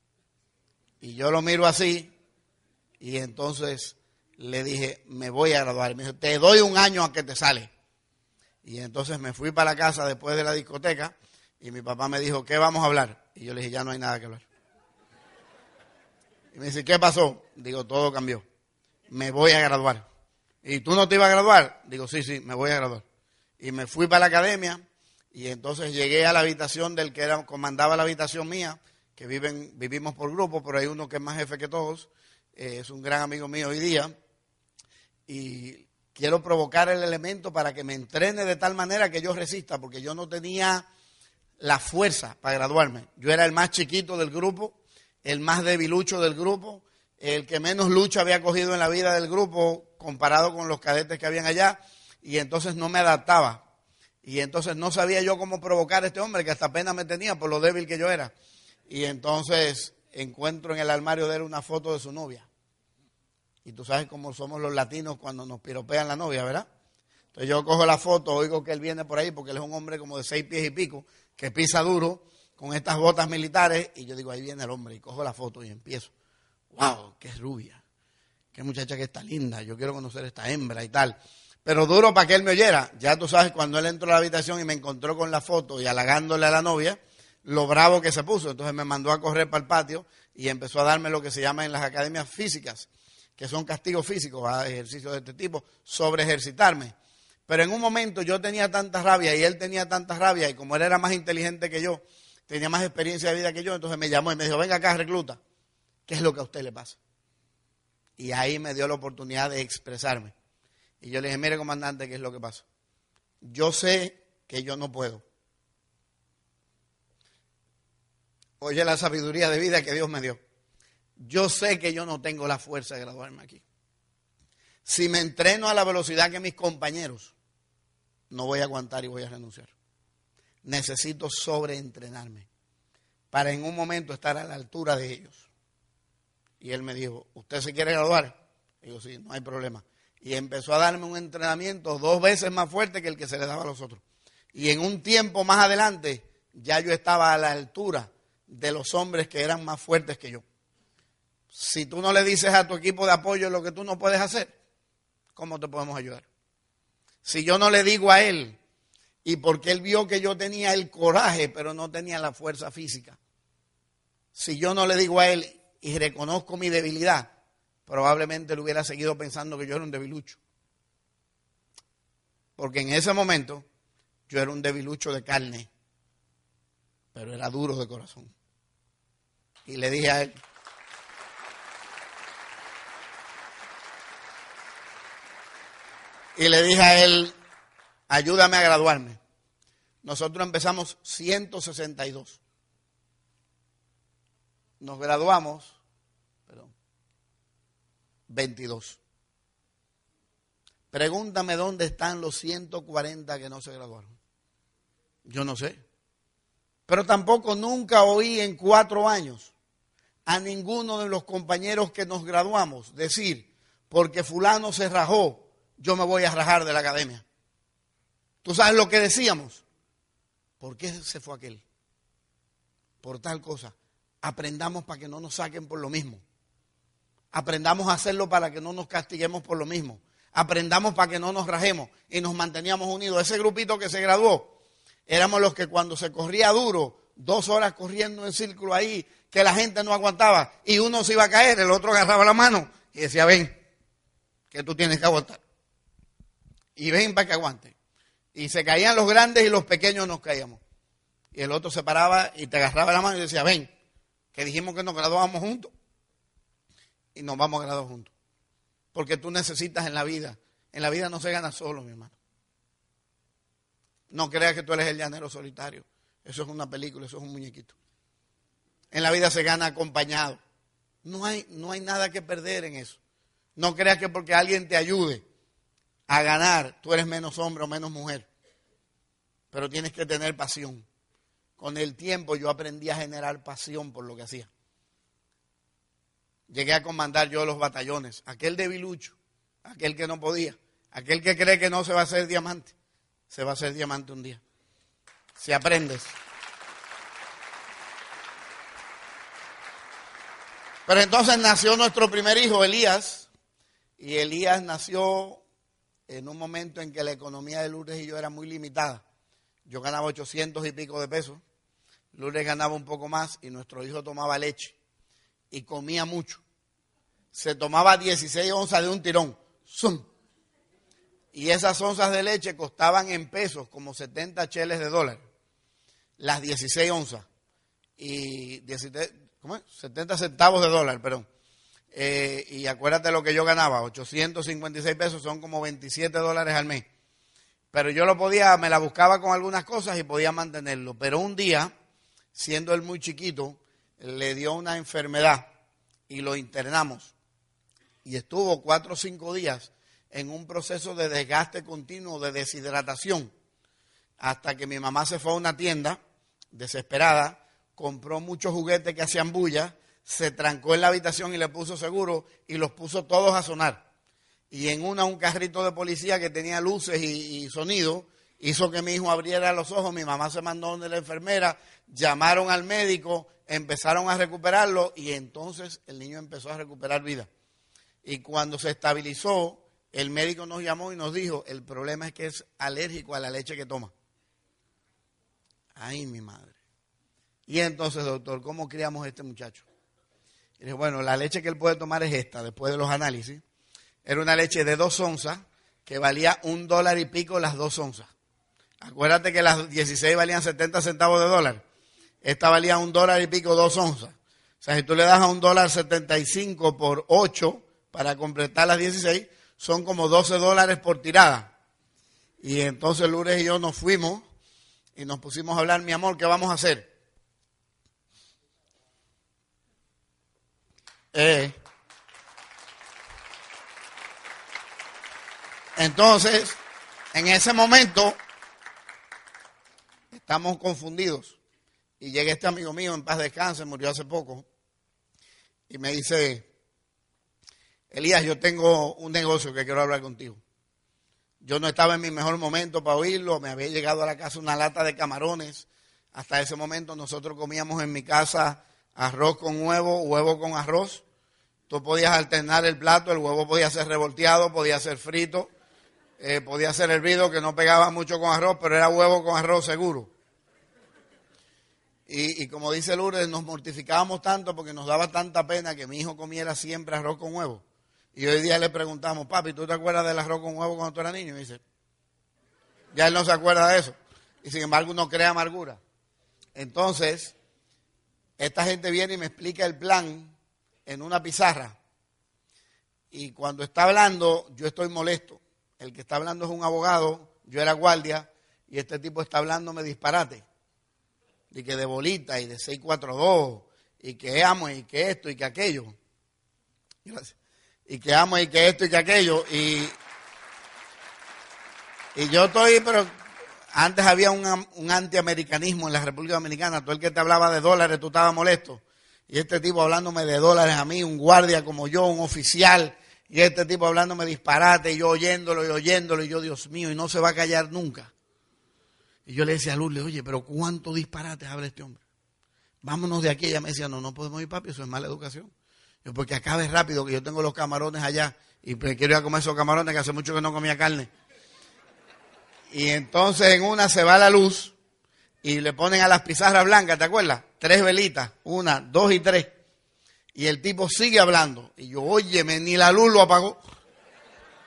Y yo lo miro así, y entonces le dije, me voy a graduar. Y me dijo, te doy 1 año a que te sales. Y entonces me fui para la casa después de la discoteca, y mi papá me dijo, ¿qué vamos a hablar? Y yo le dije, ya no hay nada que hablar. Y me dice, ¿qué pasó? Digo, todo cambió. Me voy a graduar. ¿Y tú no te ibas a graduar? Digo, sí, me voy a graduar. Y me fui para la academia, y entonces llegué a la habitación del que comandaba la habitación mía, que vivimos por grupo, pero hay uno que es más jefe que todos, es un gran amigo mío hoy día, y quiero provocar el elemento para que me entrene de tal manera que yo resista, porque yo no tenía la fuerza para graduarme. Yo era el más chiquito del grupo, el más debilucho del grupo, el que menos lucha había cogido en la vida del grupo comparado con los cadetes que habían allá, y entonces no me adaptaba. Y entonces no sabía yo cómo provocar a este hombre que hasta pena me tenía por lo débil que yo era. Y entonces encuentro en el armario de él una foto de su novia. Y tú sabes cómo somos los latinos cuando nos piropean la novia, ¿verdad? Entonces yo cojo la foto, oigo que él viene por ahí porque él es un hombre como de 6 pies y pico, que pisa duro, con estas botas militares, y yo digo, ahí viene el hombre, y cojo la foto y empiezo. ¡Wow! ¡Qué rubia! ¡Qué muchacha que está linda! Yo quiero conocer a esta hembra y tal. Pero duro para que él me oyera. Ya tú sabes, cuando él entró a la habitación y me encontró con la foto y halagándole a la novia, lo bravo que se puso. Entonces me mandó a correr para el patio y empezó a darme lo que se llama en las academias físicas, que son castigos físicos, a ejercicios de este tipo, sobre ejercitarme. Pero en un momento yo tenía tanta rabia y él tenía tanta rabia, y como él era más inteligente que yo, tenía más experiencia de vida que yo, entonces me llamó y me dijo, venga acá, recluta, ¿qué es lo que a usted le pasa? Y ahí me dio la oportunidad de expresarme. Y yo le dije, mire, comandante, ¿qué es lo que pasa? Yo sé que yo no puedo. Oye la sabiduría de vida que Dios me dio. Yo sé que yo no tengo la fuerza de graduarme aquí. Si me entreno a la velocidad que mis compañeros, no voy a aguantar y voy a renunciar. Necesito sobreentrenarme para en un momento estar a la altura de ellos. Y él me dijo, ¿usted se quiere graduar? Y digo, sí, no hay problema. Y empezó a darme un entrenamiento 2 veces más fuerte que el que se le daba a los otros. Y en un tiempo más adelante, ya yo estaba a la altura de los hombres que eran más fuertes que yo. Si tú no le dices a tu equipo de apoyo lo que tú no puedes hacer, ¿cómo te podemos ayudar? Si yo no le digo a él, y porque él vio que yo tenía el coraje, pero no tenía la fuerza física. Si yo no le digo a él y reconozco mi debilidad, probablemente él hubiera seguido pensando que yo era un debilucho. Porque en ese momento yo era un debilucho de carne, pero era duro de corazón. Y le dije a él, ayúdame a graduarme. Nosotros empezamos 162. Nos graduamos, 22. Pregúntame dónde están los 140 que no se graduaron. Yo no sé. Pero tampoco nunca oí en 4 años a ninguno de los compañeros que nos graduamos decir, porque fulano se rajó, yo me voy a rajar de la academia. ¿Tú sabes lo que decíamos? ¿Por qué se fue aquel? Por tal cosa. Aprendamos para que no nos saquen por lo mismo. Aprendamos a hacerlo para que no nos castiguemos por lo mismo. Aprendamos para que no nos rajemos y nos manteníamos unidos. Ese grupito que se graduó, éramos los que cuando se corría duro, 2 horas corriendo en círculo ahí, que la gente no aguantaba y uno se iba a caer, el otro agarraba la mano y decía, ven, que tú tienes que aguantar. Y ven para que aguante. Y se caían los grandes y los pequeños nos caíamos. Y el otro se paraba y te agarraba la mano y decía, ven, que dijimos que nos graduábamos juntos. Y nos vamos a graduar juntos. Porque tú necesitas en la vida. En la vida no se gana solo, mi hermano. No creas que tú eres el llanero solitario. Eso es una película, eso es un muñequito. En la vida se gana acompañado. No hay nada que perder en eso. No creas que porque alguien te ayude a ganar, tú eres menos hombre o menos mujer. Pero tienes que tener pasión. Con el tiempo yo aprendí a generar pasión por lo que hacía. Llegué a comandar yo los batallones. Aquel debilucho, aquel que no podía, aquel que cree que no se va a hacer diamante, se va a hacer diamante un día. Si aprendes. Pero entonces nació nuestro primer hijo, Elías. Y Elías nació en un momento en que la economía de Lourdes y yo era muy limitada. Yo ganaba 800 y pico de pesos. Lourdes ganaba un poco más y nuestro hijo tomaba leche. Y comía mucho. Se tomaba 16 onzas de un tirón. ¡Zum! Y esas onzas de leche costaban en pesos como 70 cheles de dólar. Las 16 onzas. Y 70 centavos de dólar, perdón. Y acuérdate lo que yo ganaba, 856 pesos, son como 27 dólares al mes. Pero yo me la buscaba con algunas cosas y podía mantenerlo. Pero un día, siendo él muy chiquito, le dio una enfermedad y lo internamos. Y estuvo 4 o 5 días en un proceso de desgaste continuo, de deshidratación. Hasta que mi mamá se fue a una tienda, desesperada, compró muchos juguetes que hacían bulla, se trancó en la habitación y le puso seguro y los puso todos a sonar. Y en un carrito de policía que tenía luces y sonido, hizo que mi hijo abriera los ojos, mi mamá se mandó donde la enfermera, llamaron al médico, empezaron a recuperarlo y entonces el niño empezó a recuperar vida. Y cuando se estabilizó, el médico nos llamó y nos dijo, el problema es que es alérgico a la leche que toma. Ay, mi madre. Y entonces, doctor, ¿cómo criamos a este muchacho? Y dije, bueno, la leche que él puede tomar es esta, después de los análisis. Era una leche de 2 onzas que valía $1 y pico las 2 onzas. Acuérdate que las 16 valían 70 centavos de dólar. Esta valía $1 y pico 2 onzas. O sea, si tú le das a $1.75 por 8 para completar las 16, son como $12 por tirada. Y entonces Lourdes y yo nos fuimos y nos pusimos a hablar, mi amor, ¿qué vamos a hacer? Entonces, en ese momento, estamos confundidos. Y llega este amigo mío, en paz descanse, murió hace poco, y me dice, Elías, yo tengo un negocio que quiero hablar contigo. Yo no estaba en mi mejor momento para oírlo, me había llegado a la casa una lata de camarones. Hasta ese momento nosotros comíamos en mi casa arroz con huevo, huevo con arroz. Tú podías alternar el plato, el huevo podía ser revolteado, podía ser frito, podía ser hervido, que no pegaba mucho con arroz, pero era huevo con arroz seguro. Y como dice Lourdes, nos mortificábamos tanto porque nos daba tanta pena que mi hijo comiera siempre arroz con huevo. Y hoy día le preguntamos, papi, ¿tú te acuerdas del arroz con huevo cuando tú eras niño? Y dice, ya él no se acuerda de eso. Y sin embargo uno crea amargura. Entonces, esta gente viene y me explica el plan en una pizarra. Y cuando está hablando, yo estoy molesto. El que está hablando es un abogado, yo era guardia, y este tipo está hablándome disparate. Y que de bolita, y de 642, y que amo, y que esto, y que aquello. Gracias. Y que amo, y que esto, y que aquello. Y yo estoy, pero antes había un antiamericanismo en la República Dominicana. Todo el que te hablaba de dólares, tú estabas molesto. Y este tipo hablándome de dólares a mí, un guardia como yo, un oficial, y este tipo hablándome disparate, y yo oyéndolo, y yo, Dios mío, y no se va a callar nunca. Y yo le decía a Lourdes, oye, pero ¿cuánto disparates habla este hombre? Vámonos de aquí. Ella me decía, no podemos ir, papi, eso es mala educación. Yo, porque acabe rápido, que yo tengo los camarones allá, y quiero ir a comer esos camarones, que hace mucho que no comía carne. Y entonces en una se va la luz, y le ponen a las pizarras blancas, ¿te acuerdas? 3 velitas, 1, 2 y 3. Y el tipo sigue hablando. Y yo, óyeme, ni la luz lo apagó.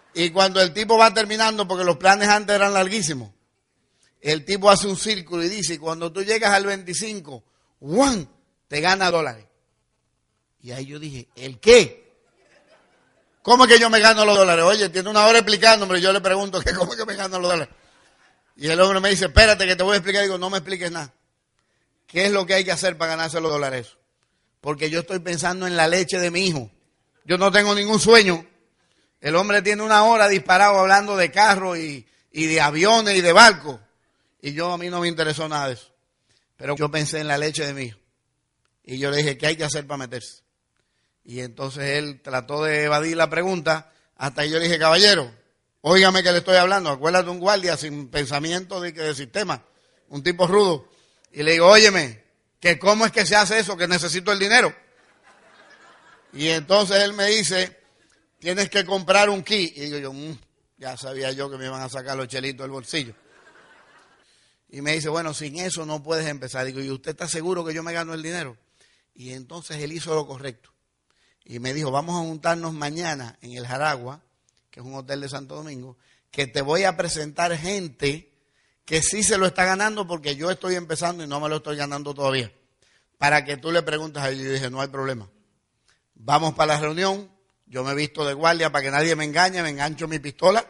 Y cuando el tipo va terminando, porque los planes antes eran larguísimos, el tipo hace un círculo y dice, cuando tú llegas al 25, ¡guau!, te gana dólares. Y ahí yo dije, ¿el qué? ¿Cómo es que yo me gano los dólares? Oye, tiene una hora explicándome, y yo le pregunto, ¿cómo es que me gano los dólares? Y el hombre me dice, espérate que te voy a explicar. Digo, no me expliques nada. ¿Qué es lo que hay que hacer para ganarse los dólares? Porque yo estoy pensando en la leche de mi hijo. Yo no tengo ningún sueño. El hombre tiene una hora disparado hablando de carros y de aviones y de barcos. Y a mí no me interesó nada de eso. Pero yo pensé en la leche de mi hijo. Y yo le dije, ¿qué hay que hacer para meterse? Y entonces él trató de evadir la pregunta. Hasta ahí yo le dije, caballero, óigame que le estoy hablando. Acuérdate de un guardia sin pensamiento de sistema. Un tipo rudo. Y le digo, óyeme, que cómo es que se hace eso, que necesito el dinero. Y entonces él me dice, tienes que comprar un key. Y digo yo, ya sabía yo que me iban a sacar los chelitos del bolsillo. Y me dice, bueno, sin eso no puedes empezar. Digo, ¿y usted está seguro que yo me gano el dinero? Y entonces él hizo lo correcto. Y me dijo, vamos a juntarnos mañana en el Jaragua, que es un hotel de Santo Domingo, que te voy a presentar gente que sí se lo está ganando porque yo estoy empezando y no me lo estoy ganando todavía. Para que tú le preguntes a ellos. Y yo dije, no hay problema. Vamos para la reunión, yo me visto de guardia para que nadie me engañe, me engancho mi pistola.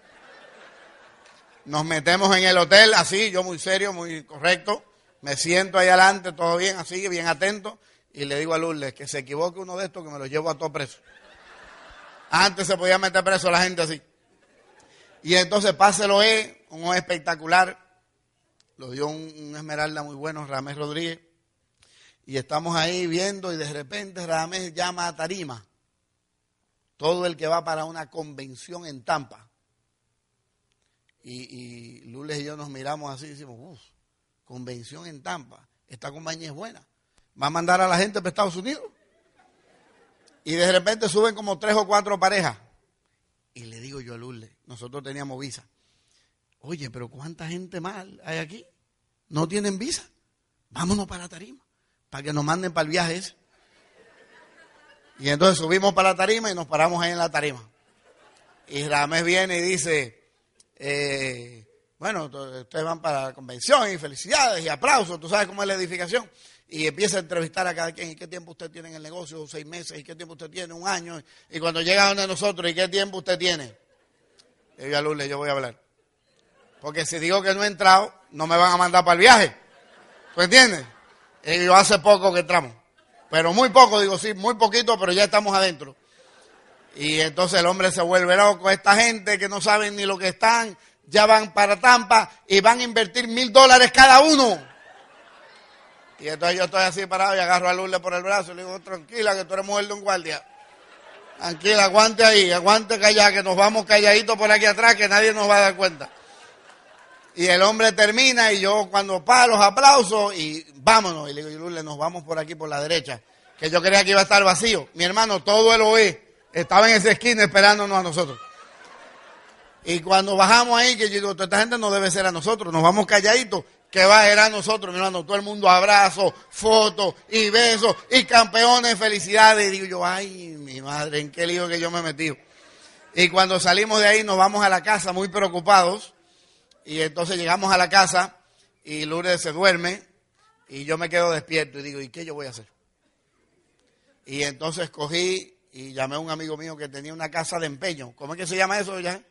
Nos metemos en el hotel, así, yo muy serio, muy correcto. Me siento ahí adelante, todo bien, así, bien atento. Y le digo a Lourdes, que se equivoque uno de estos, que me lo llevo a todo preso. Antes se podía meter preso a la gente así. Y entonces páselo un espectacular. Lo dio un esmeralda muy bueno, Ramés Rodríguez. Y estamos ahí viendo y de repente Ramés llama a tarima. Todo el que va para una convención en Tampa. Y Lourdes y yo nos miramos así y decimos, convención en Tampa. Esta compañía es buena. Va a mandar a la gente para Estados Unidos. Y de repente suben como 3 o 4 parejas. Y le digo yo a Lourdes, nosotros teníamos visa. Oye, pero ¿cuánta gente más hay aquí? ¿No tienen visa? Vámonos para la tarima, para que nos manden para el viaje ese. Y entonces subimos para la tarima y nos paramos ahí en la tarima. Y Ramés viene y dice, bueno, ustedes van para la convención y felicidades y aplausos, tú sabes cómo es la edificación. Y empieza a entrevistar a cada quien, ¿y qué tiempo usted tiene en el negocio? 6 meses, ¿y qué tiempo usted tiene? 1 año. Y cuando llega donde nosotros, ¿y qué tiempo usted tiene? Le digo a Lourdes, yo voy a hablar. Porque si digo que no he entrado, no me van a mandar para el viaje. ¿Tú entiendes? Y yo hace poco que entramos. Pero muy poco, digo, sí, muy poquito, pero ya estamos adentro. Y entonces el hombre se vuelve loco. Esta gente que no saben ni lo que están, ya van para Tampa y van a invertir $1,000 cada uno. Y entonces yo estoy así parado y agarro a Lourdes por el brazo y le digo, tranquila, que tú eres mujer de un guardia. Tranquila, aguante ahí, aguante callada, que nos vamos calladitos por aquí atrás, que nadie nos va a dar cuenta. Y el hombre termina y yo cuando los aplausos y vámonos. Y le digo, Lourdes, nos vamos por aquí por la derecha, que yo creía que iba a estar vacío. Mi hermano, todo el OE estaba en esa esquina esperándonos a nosotros. Y cuando bajamos ahí, que yo digo, esta gente no debe ser a nosotros, nos vamos calladitos. Que va a ser a nosotros, mi hermano, todo el mundo abrazos, fotos y besos y campeones, felicidades. Y digo yo, ay, mi madre, ¿en qué lío que yo me he metido? Y cuando salimos de ahí nos vamos a la casa muy preocupados. Y entonces llegamos a la casa y Lourdes se duerme y yo me quedo despierto y digo, ¿y qué yo voy a hacer? Y entonces cogí y llamé a un amigo mío que tenía una casa de empeño. ¿Cómo es que se llama eso ya?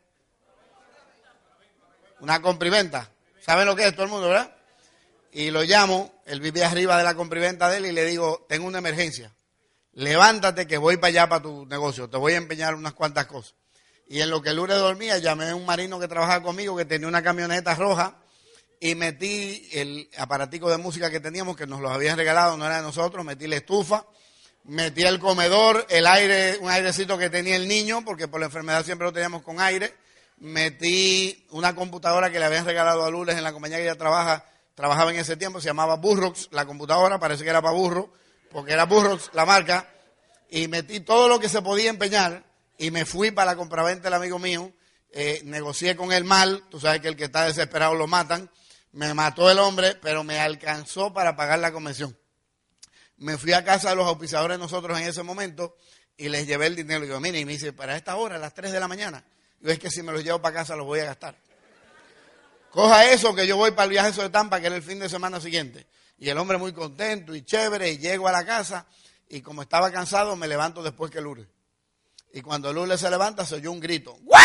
Una compriventa. ¿Saben lo que es todo el mundo, verdad? Y lo llamo, él vive arriba de la compriventa de él y le digo, tengo una emergencia. Levántate que voy para allá para tu negocio, te voy a empeñar unas cuantas cosas. Y en lo que Lourdes dormía, llamé a un marino que trabajaba conmigo que tenía una camioneta roja y metí el aparatico de música que teníamos, que nos lo habían regalado, no era de nosotros, metí la estufa, metí el comedor, el aire, un airecito que tenía el niño, porque por la enfermedad siempre lo teníamos con aire. Metí una computadora que le habían regalado a Lourdes en la compañía que ella trabajaba en ese tiempo, se llamaba Burroughs, la computadora, parece que era para burro, porque era Burroughs la marca, y metí todo lo que se podía empeñar, y me fui para la compraventa del amigo mío, negocié con el mal, tú sabes que el que está desesperado lo matan, me mató el hombre, pero me alcanzó para pagar la convención. Me fui a casa de los auspiciadores nosotros en ese momento, y les llevé el dinero, y digo, mire, y me dice, para esta hora, a las 3 de la mañana, Digo, es que si me los llevo para casa los voy a gastar. Coja eso que yo voy para el viaje de Tampa, que era el fin de semana siguiente. Y el hombre muy contento y chévere, y llego a la casa, y como estaba cansado, me levanto después que Lourdes. Y cuando Lourdes se levanta, se oyó un grito. ¿What?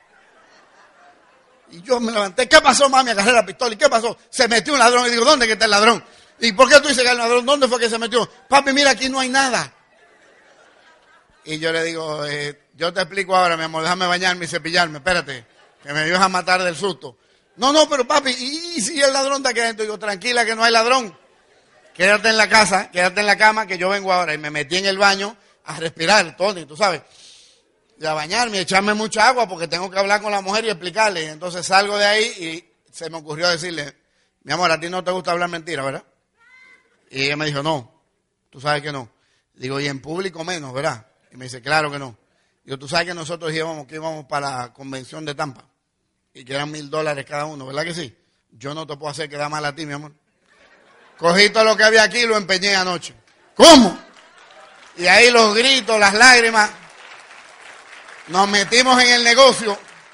Y yo me levanté. ¿Qué pasó, mami? Agarré la pistola. ¿Y qué pasó? Se metió un ladrón. Y digo, ¿dónde que está el ladrón? ¿Y por qué tú dices que el ladrón? ¿Dónde fue que se metió? Papi, mira, aquí no hay nada. Y yo le digo, yo te explico ahora, mi amor, déjame bañarme y cepillarme. Espérate, que me ibas a matar del susto. No, pero papi, ¿y si el ladrón está aquí adentro? Digo, tranquila que no hay ladrón. Quédate en la casa, quédate en la cama, que yo vengo ahora. Y me metí en el baño a respirar, Tony, tú sabes. Y a bañarme y echarme mucha agua porque tengo que hablar con la mujer y explicarle. Y entonces salgo de ahí y se me ocurrió decirle, mi amor, a ti no te gusta hablar mentira, ¿verdad? Y ella me dijo, no, tú sabes que no. Digo, y en público menos, ¿verdad? Y me dice, claro que no. Digo, tú sabes que nosotros íbamos para la convención de Tampa. Y que eran $1,000 cada uno, ¿verdad que sí? Yo no te puedo hacer quedar mal a ti, mi amor. Cogí todo lo que había aquí y lo empeñé anoche. ¿Cómo? Y ahí los gritos, las lágrimas. Nos metimos en el negocio.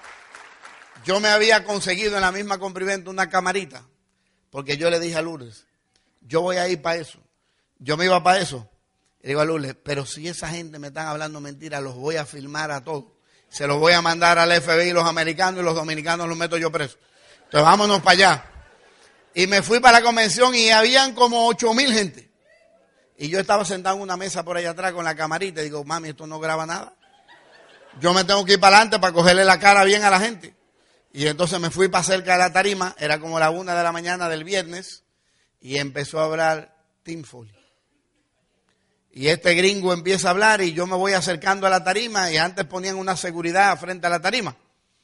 Yo me había conseguido en la misma compriventa una camarita. Porque yo le dije a Lourdes, yo voy a ir para eso. Yo me iba para eso. Y digo a Lourdes, pero si esa gente me están hablando mentiras, los voy a filmar a todos. Se los voy a mandar al FBI, los americanos, y los dominicanos los meto yo preso. Entonces vámonos para allá. Y me fui para la convención y habían como 8,000 gente. Y yo estaba sentado en una mesa por allá atrás con la camarita y digo, mami, esto no graba nada. Yo me tengo que ir para adelante para cogerle la cara bien a la gente. Y entonces me fui para cerca de la tarima, era como la 1 de la mañana del viernes, y empezó a hablar Tim Foley. Y este gringo empieza a hablar y yo me voy acercando a la tarima y antes ponían una seguridad frente a la tarima.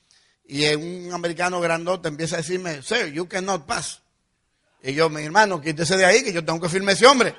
Y un americano grandote empieza a decirme, sir, you cannot pass. Y yo, mi hermano, quítese de ahí que yo tengo que firmar ese hombre.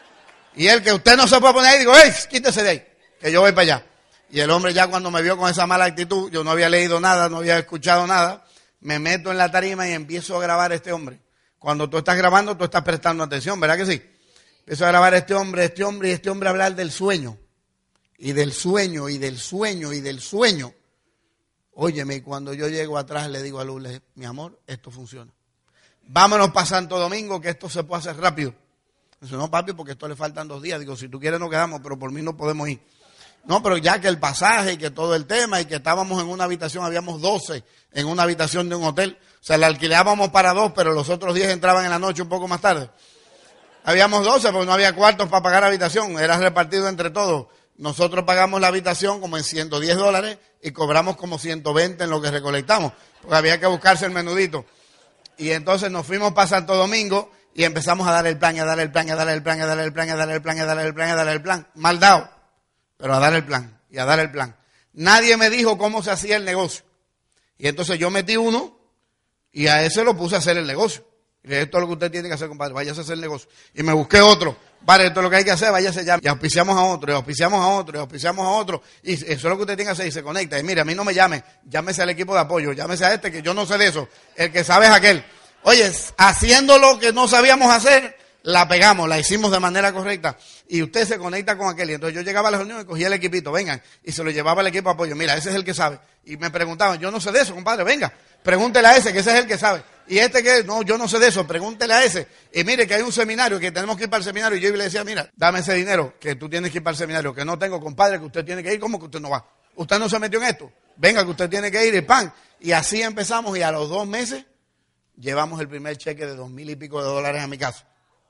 Y él, que usted no se puede poner ahí, digo, hey, quítese de ahí, que yo voy para allá. Y el hombre ya cuando me vio con esa mala actitud, yo no había leído nada, no había escuchado nada, me meto en la tarima y empiezo a grabar a este hombre. Cuando tú estás grabando, tú estás prestando atención, ¿verdad que sí? Empiezo a grabar a este hombre, y este hombre a hablar del sueño. Y del sueño, y del sueño, y del sueño. Óyeme, y cuando yo llego atrás le digo a Lourdes, mi amor, esto funciona. Vámonos para Santo Domingo, que esto se puede hacer rápido. Dice, no, papi, porque esto le faltan 2 días. Digo, si tú quieres nos quedamos, pero por mí no podemos ir. No, pero ya que el pasaje y que todo el tema y que estábamos en una habitación, habíamos 12 en una habitación de un hotel. O sea, la alquilábamos para 2, pero los otros 10 entraban en la noche un poco más tarde. Habíamos 12 porque no había cuartos para pagar habitación, era repartido entre todos. Nosotros pagamos la habitación como en $110 y cobramos como 120 en lo que recolectamos, porque había que buscarse el menudito. Y entonces nos fuimos para Santo Domingo y empezamos a dar el plan, a dar el plan, a dar el plan, a dar el plan, a dar el plan, a dar el plan, a dar el plan. Mal dado, pero a dar el plan y a dar el plan. Nadie me dijo cómo se hacía el negocio. Y entonces yo metí uno y a ese lo puse a hacer el negocio. Y esto es lo que usted tiene que hacer, compadre, váyase a hacer el negocio. Y me busqué otro. Vale, esto es lo que hay que hacer, váyase ya. Y auspiciamos a otro, y auspiciamos a otro, y auspiciamos a otro. Y eso es lo que usted tiene que hacer y se conecta. Y mire, a mí no me llame, llámese al equipo de apoyo, llámese a este que yo no sé de eso. El que sabe es aquel. Oye, haciendo lo que no sabíamos hacer, la pegamos, la hicimos de manera correcta. Y usted se conecta con aquel. Y entonces yo llegaba a la reunión y cogía el equipito, vengan. Y se lo llevaba al equipo de apoyo. Mira, ese es el que sabe. Y me preguntaban, yo no sé de eso, compadre, venga. Pregúntele a ese, que ese es el que sabe. Y este que, no, yo no sé de eso, pregúntele a ese. Y mire que hay un seminario, que tenemos que ir para el seminario. Y yo le decía, mira, dame ese dinero, que tú tienes que ir para el seminario, que no tengo, compadre, que usted tiene que ir. ¿Cómo que usted no va? Usted no se metió en esto. Venga, que usted tiene que ir y pan. Y así empezamos y a los 2 meses llevamos el primer cheque de $2,000 y pico a mi casa.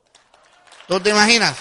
¿Tú te imaginas?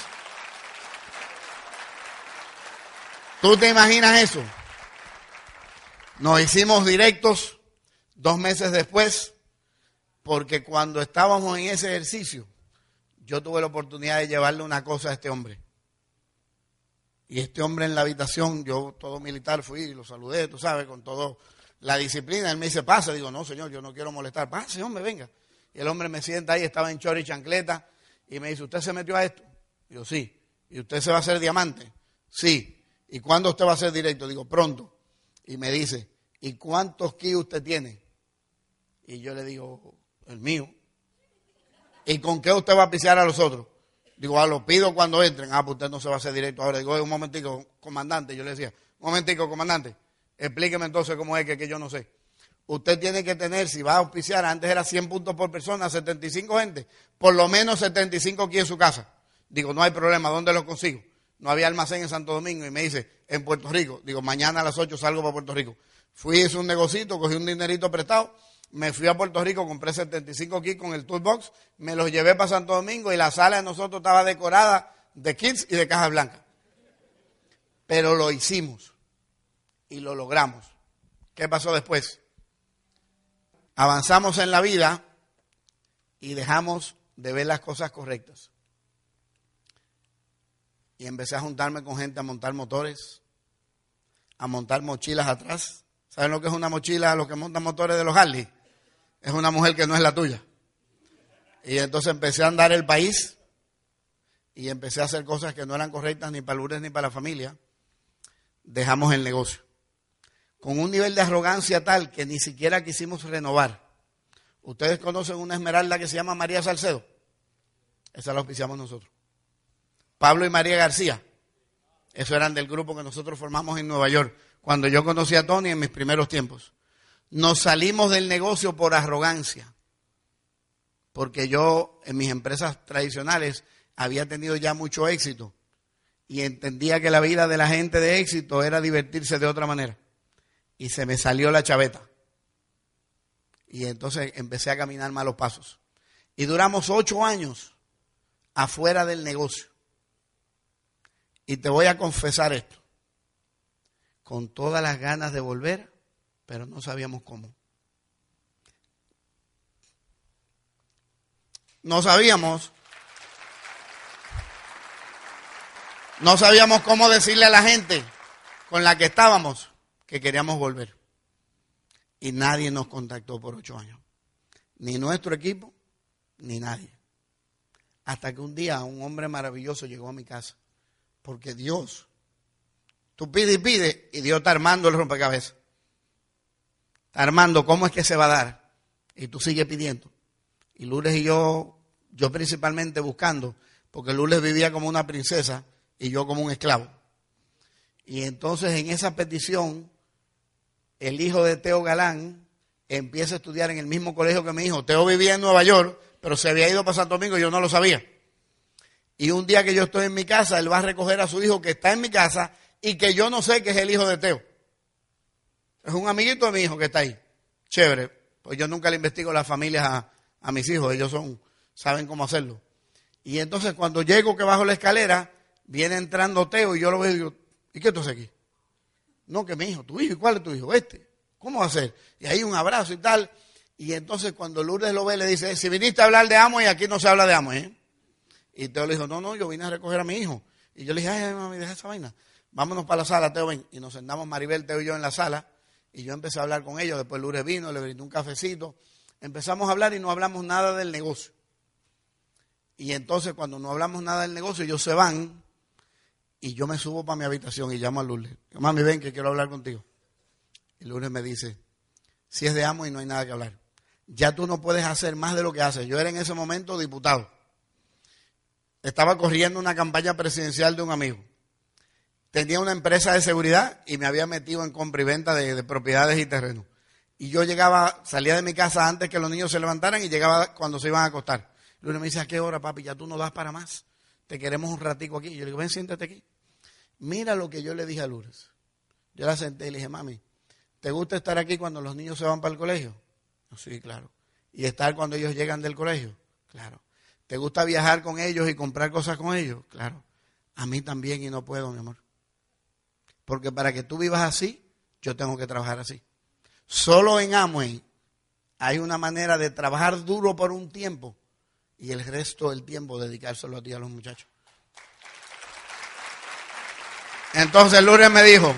¿Tú te imaginas eso? Nos hicimos directos 2 meses después, porque cuando estábamos en ese ejercicio, yo tuve la oportunidad de llevarle una cosa a este hombre. Y este hombre en la habitación, yo todo militar fui y lo saludé, tú sabes, con toda la disciplina. Él me dice, pasa. Digo, no, señor, yo no quiero molestar. Pase, hombre, venga. Y el hombre me sienta ahí, estaba en chor y chancleta, y me dice, ¿usted se metió a esto? Digo, sí. ¿Y usted se va a hacer diamante? Sí. ¿Y cuándo usted va a ser directo? Digo, pronto. Y me dice, ¿y cuántos ki usted tiene? Y yo le digo, el mío. ¿Y con qué usted va a pisear a los otros? Digo, lo pido cuando entren. Pues usted no se va a hacer directo ahora. Digo, un momentico, comandante. Yo le decía, un momentico, comandante. Explíqueme entonces cómo es que yo no sé. Usted tiene que tener, si va a auspiciar, antes era 100 puntos por persona, 75 gente, por lo menos 75 aquí en su casa. Digo, no hay problema, ¿dónde los consigo? No había almacén en Santo Domingo y me dice, en Puerto Rico. Digo, mañana a las 8 salgo para Puerto Rico. Fui, hice un negocito, cogí un dinerito prestado, me fui a Puerto Rico, compré 75 kits con el toolbox, me los llevé para Santo Domingo y la sala de nosotros estaba decorada de kits y de cajas blancas. Pero lo hicimos y lo logramos. ¿Qué pasó después? Avanzamos en la vida y dejamos de ver las cosas correctas. Y empecé a juntarme con gente a montar motores, a montar mochilas atrás. ¿Saben lo que es una mochila? Los que montan motores de los Harley. Es una mujer que no es la tuya. Y entonces empecé a andar el país y empecé a hacer cosas que no eran correctas ni para Lourdes ni para la familia. Dejamos el negocio. Con un nivel de arrogancia tal que ni siquiera quisimos renovar. Ustedes conocen una esmeralda que se llama María Salcedo. Esa la auspiciamos nosotros. Pablo y María García. Esos eran del grupo que nosotros formamos en Nueva York. Cuando yo conocí a Tony en mis primeros tiempos. Nos salimos del negocio por arrogancia. Porque yo en mis empresas tradicionales había tenido ya mucho éxito. Y entendía que la vida de la gente de éxito era divertirse de otra manera. Y se me salió la chaveta. Y entonces empecé a caminar malos pasos. Y duramos 8 años afuera del negocio. Y te voy a confesar esto. Con todas las ganas de volver, pero no sabíamos cómo. No sabíamos cómo decirle a la gente con la que estábamos que queríamos volver. Y nadie nos contactó por 8 años. Ni nuestro equipo, ni nadie. Hasta que un día un hombre maravilloso llegó a mi casa. Porque Dios, tú pides y pides, y Dios está armando el rompecabezas. Está armando cómo es que se va a dar. Y tú sigues pidiendo. Y Lourdes y yo principalmente buscando, porque Lourdes vivía como una princesa y yo como un esclavo. Y entonces en esa petición, el hijo de Teo Galán empieza a estudiar en el mismo colegio que mi hijo. Teo vivía en Nueva York, pero se había ido para Santo Domingo y yo no lo sabía. Y un día que yo estoy en mi casa, él va a recoger a su hijo que está en mi casa y que yo no sé que es el hijo de Teo. Es un amiguito de mi hijo que está ahí. Chévere. Pues yo nunca le investigo las familias a mis hijos. Ellos saben cómo hacerlo. Y entonces cuando llego que bajo la escalera, viene entrando Teo y yo lo veo y digo, ¿y qué tú haces aquí? No, que mi hijo, tu hijo. ¿Y cuál es tu hijo? ¿Cómo va a ser? Y ahí un abrazo y tal. Y entonces cuando Lourdes lo ve, le dice, si viniste a hablar de Amway, aquí no se habla de Amway, Y Teo le dijo, no, yo vine a recoger a mi hijo. Y yo le dije, ay, mami, deja esa vaina. Vámonos para la sala, Teo, ven. Y nos sentamos Maribel, Teo y yo en la sala. Y yo empecé a hablar con ellos. Después Lourdes vino, le brindé un cafecito. Empezamos a hablar y no hablamos nada del negocio. Y entonces cuando no hablamos nada del negocio, ellos se van. Y yo me subo para mi habitación y llamo a Lourdes. Digo, mami, ven que quiero hablar contigo. Y Lourdes me dice, si es de Amway no hay nada que hablar. Ya tú no puedes hacer más de lo que haces. Yo era en ese momento diputado. Estaba corriendo una campaña presidencial de un amigo. Tenía una empresa de seguridad y me había metido en compra y venta de propiedades y terrenos. Y yo salía de mi casa antes que los niños se levantaran y llegaba cuando se iban a acostar. Lourdes me dice, ¿a qué hora, papi? Ya tú no das para más. Te queremos un ratico aquí. Y yo le digo, ven, siéntate aquí. Mira lo que yo le dije a Lourdes. Yo la senté y le dije, mami, ¿te gusta estar aquí cuando los niños se van para el colegio? Sí, claro. ¿Y estar cuando ellos llegan del colegio? Claro. ¿Te gusta viajar con ellos y comprar cosas con ellos? Claro. A mí también y no puedo, mi amor. Porque para que tú vivas así, yo tengo que trabajar así. Solo en Amway hay una manera de trabajar duro por un tiempo y el resto del tiempo dedicárselo a ti y a los muchachos. Entonces Lourdes me dijo,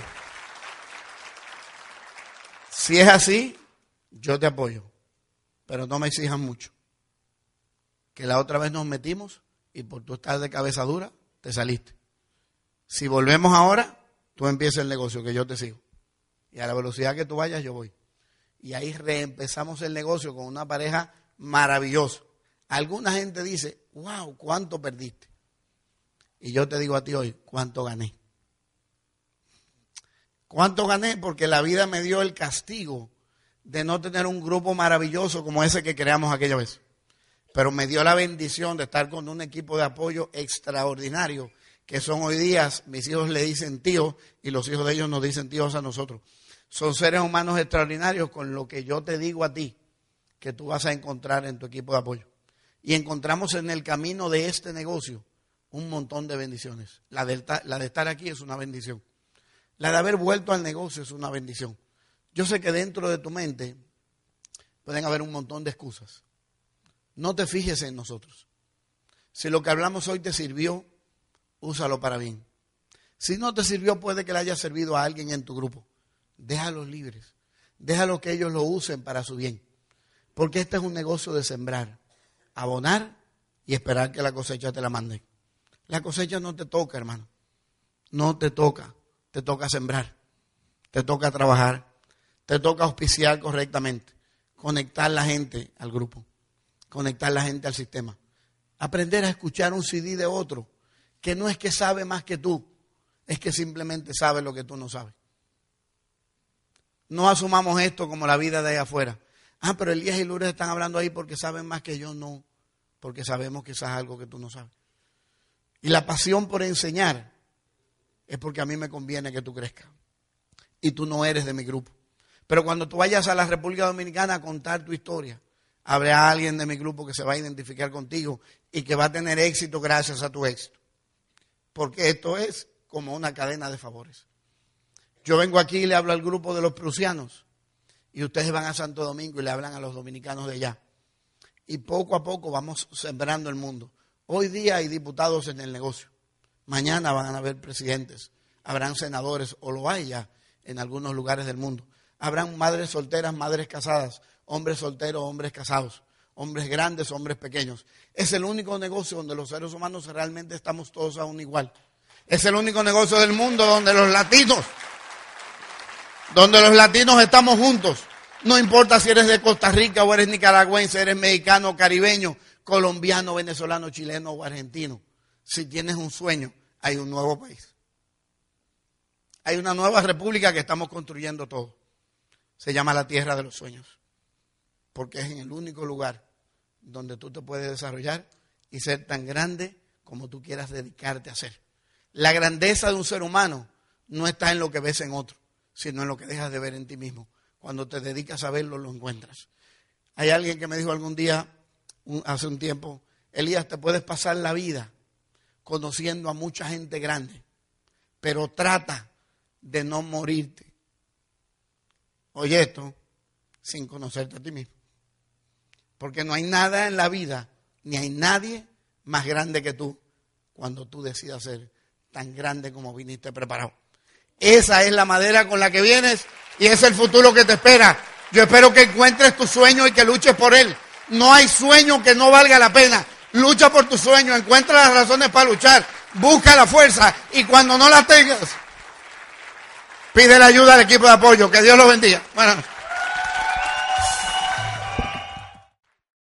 si es así, yo te apoyo, pero no me exijas mucho. Que la otra vez nos metimos y por tú estar de cabeza dura, te saliste. Si volvemos ahora, tú empiezas el negocio, que yo te sigo. Y a la velocidad que tú vayas, yo voy. Y ahí reempezamos el negocio con una pareja maravillosa. Alguna gente dice, wow, ¿cuánto perdiste? Y yo te digo a ti hoy, ¿cuánto gané? ¿Cuánto gané? Porque la vida me dio el castigo de no tener un grupo maravilloso como ese que creamos aquella vez. Pero me dio la bendición de estar con un equipo de apoyo extraordinario, que son hoy día, mis hijos le dicen tíos y los hijos de ellos nos dicen tíos a nosotros. Son seres humanos extraordinarios con lo que yo te digo a ti, que tú vas a encontrar en tu equipo de apoyo. Y encontramos en el camino de este negocio un montón de bendiciones. La de estar aquí es una bendición. La de haber vuelto al negocio es una bendición. Yo sé que dentro de tu mente pueden haber un montón de excusas. No te fijes en nosotros. Si lo que hablamos hoy te sirvió, úsalo para bien. Si no te sirvió, puede que le haya servido a alguien en tu grupo. Déjalos libres. Déjalos que ellos lo usen para su bien. Porque este es un negocio de sembrar, abonar y esperar que la cosecha te la manden. La cosecha no te toca, hermano. No te toca. Te toca sembrar. Te toca trabajar. Te toca auspiciar correctamente. Conectar la gente al grupo. Conectar la gente al sistema. Aprender a escuchar un CD de otro, que no es que sabe más que tú, es que simplemente sabe lo que tú no sabes. No asumamos esto como la vida de allá afuera. Ah, pero Elías y Lourdes están hablando ahí porque saben más que yo. No, porque sabemos quizás algo que tú no sabes. Y la pasión por enseñar es porque a mí me conviene que tú crezcas. Y tú no eres de mi grupo. Pero cuando tú vayas a la República Dominicana a contar tu historia, habrá alguien de mi grupo que se va a identificar contigo y que va a tener éxito gracias a tu éxito. Porque esto es como una cadena de favores. Yo vengo aquí y le hablo al grupo de los prusianos y ustedes van a Santo Domingo y le hablan a los dominicanos de allá. Y poco a poco vamos sembrando el mundo. Hoy día hay diputados en el negocio. Mañana van a haber presidentes, habrán senadores, o lo hay ya en algunos lugares del mundo. Habrán madres solteras, madres casadas, hombres solteros, hombres casados, hombres grandes, hombres pequeños. Es el único negocio donde los seres humanos realmente estamos todos a un igual. Es el único negocio del mundo donde los latinos estamos juntos. No importa si eres de Costa Rica o eres nicaragüense, eres mexicano, caribeño, colombiano, venezolano, chileno o argentino. Si tienes un sueño, hay un nuevo país. Hay una nueva república que estamos construyendo todos. Se llama la tierra de los sueños. Porque es en el único lugar donde tú te puedes desarrollar y ser tan grande como tú quieras dedicarte a ser. La grandeza de un ser humano no está en lo que ves en otro, sino en lo que dejas de ver en ti mismo. Cuando te dedicas a verlo, lo encuentras. Hay alguien que me dijo algún día, hace un tiempo, Elías, te puedes pasar la vida conociendo a mucha gente grande, pero trata de no morirte. Oye esto, sin conocerte a ti mismo. Porque no hay nada en la vida, ni hay nadie más grande que tú, cuando tú decidas ser tan grande como viniste preparado. Esa es la madera con la que vienes y es el futuro que te espera. Yo espero que encuentres tu sueño y que luches por él. No hay sueño que no valga la pena. Lucha por tu sueño, encuentra las razones para luchar, busca la fuerza y cuando no la tengas, pide la ayuda al equipo de apoyo. Que Dios los bendiga. Bueno.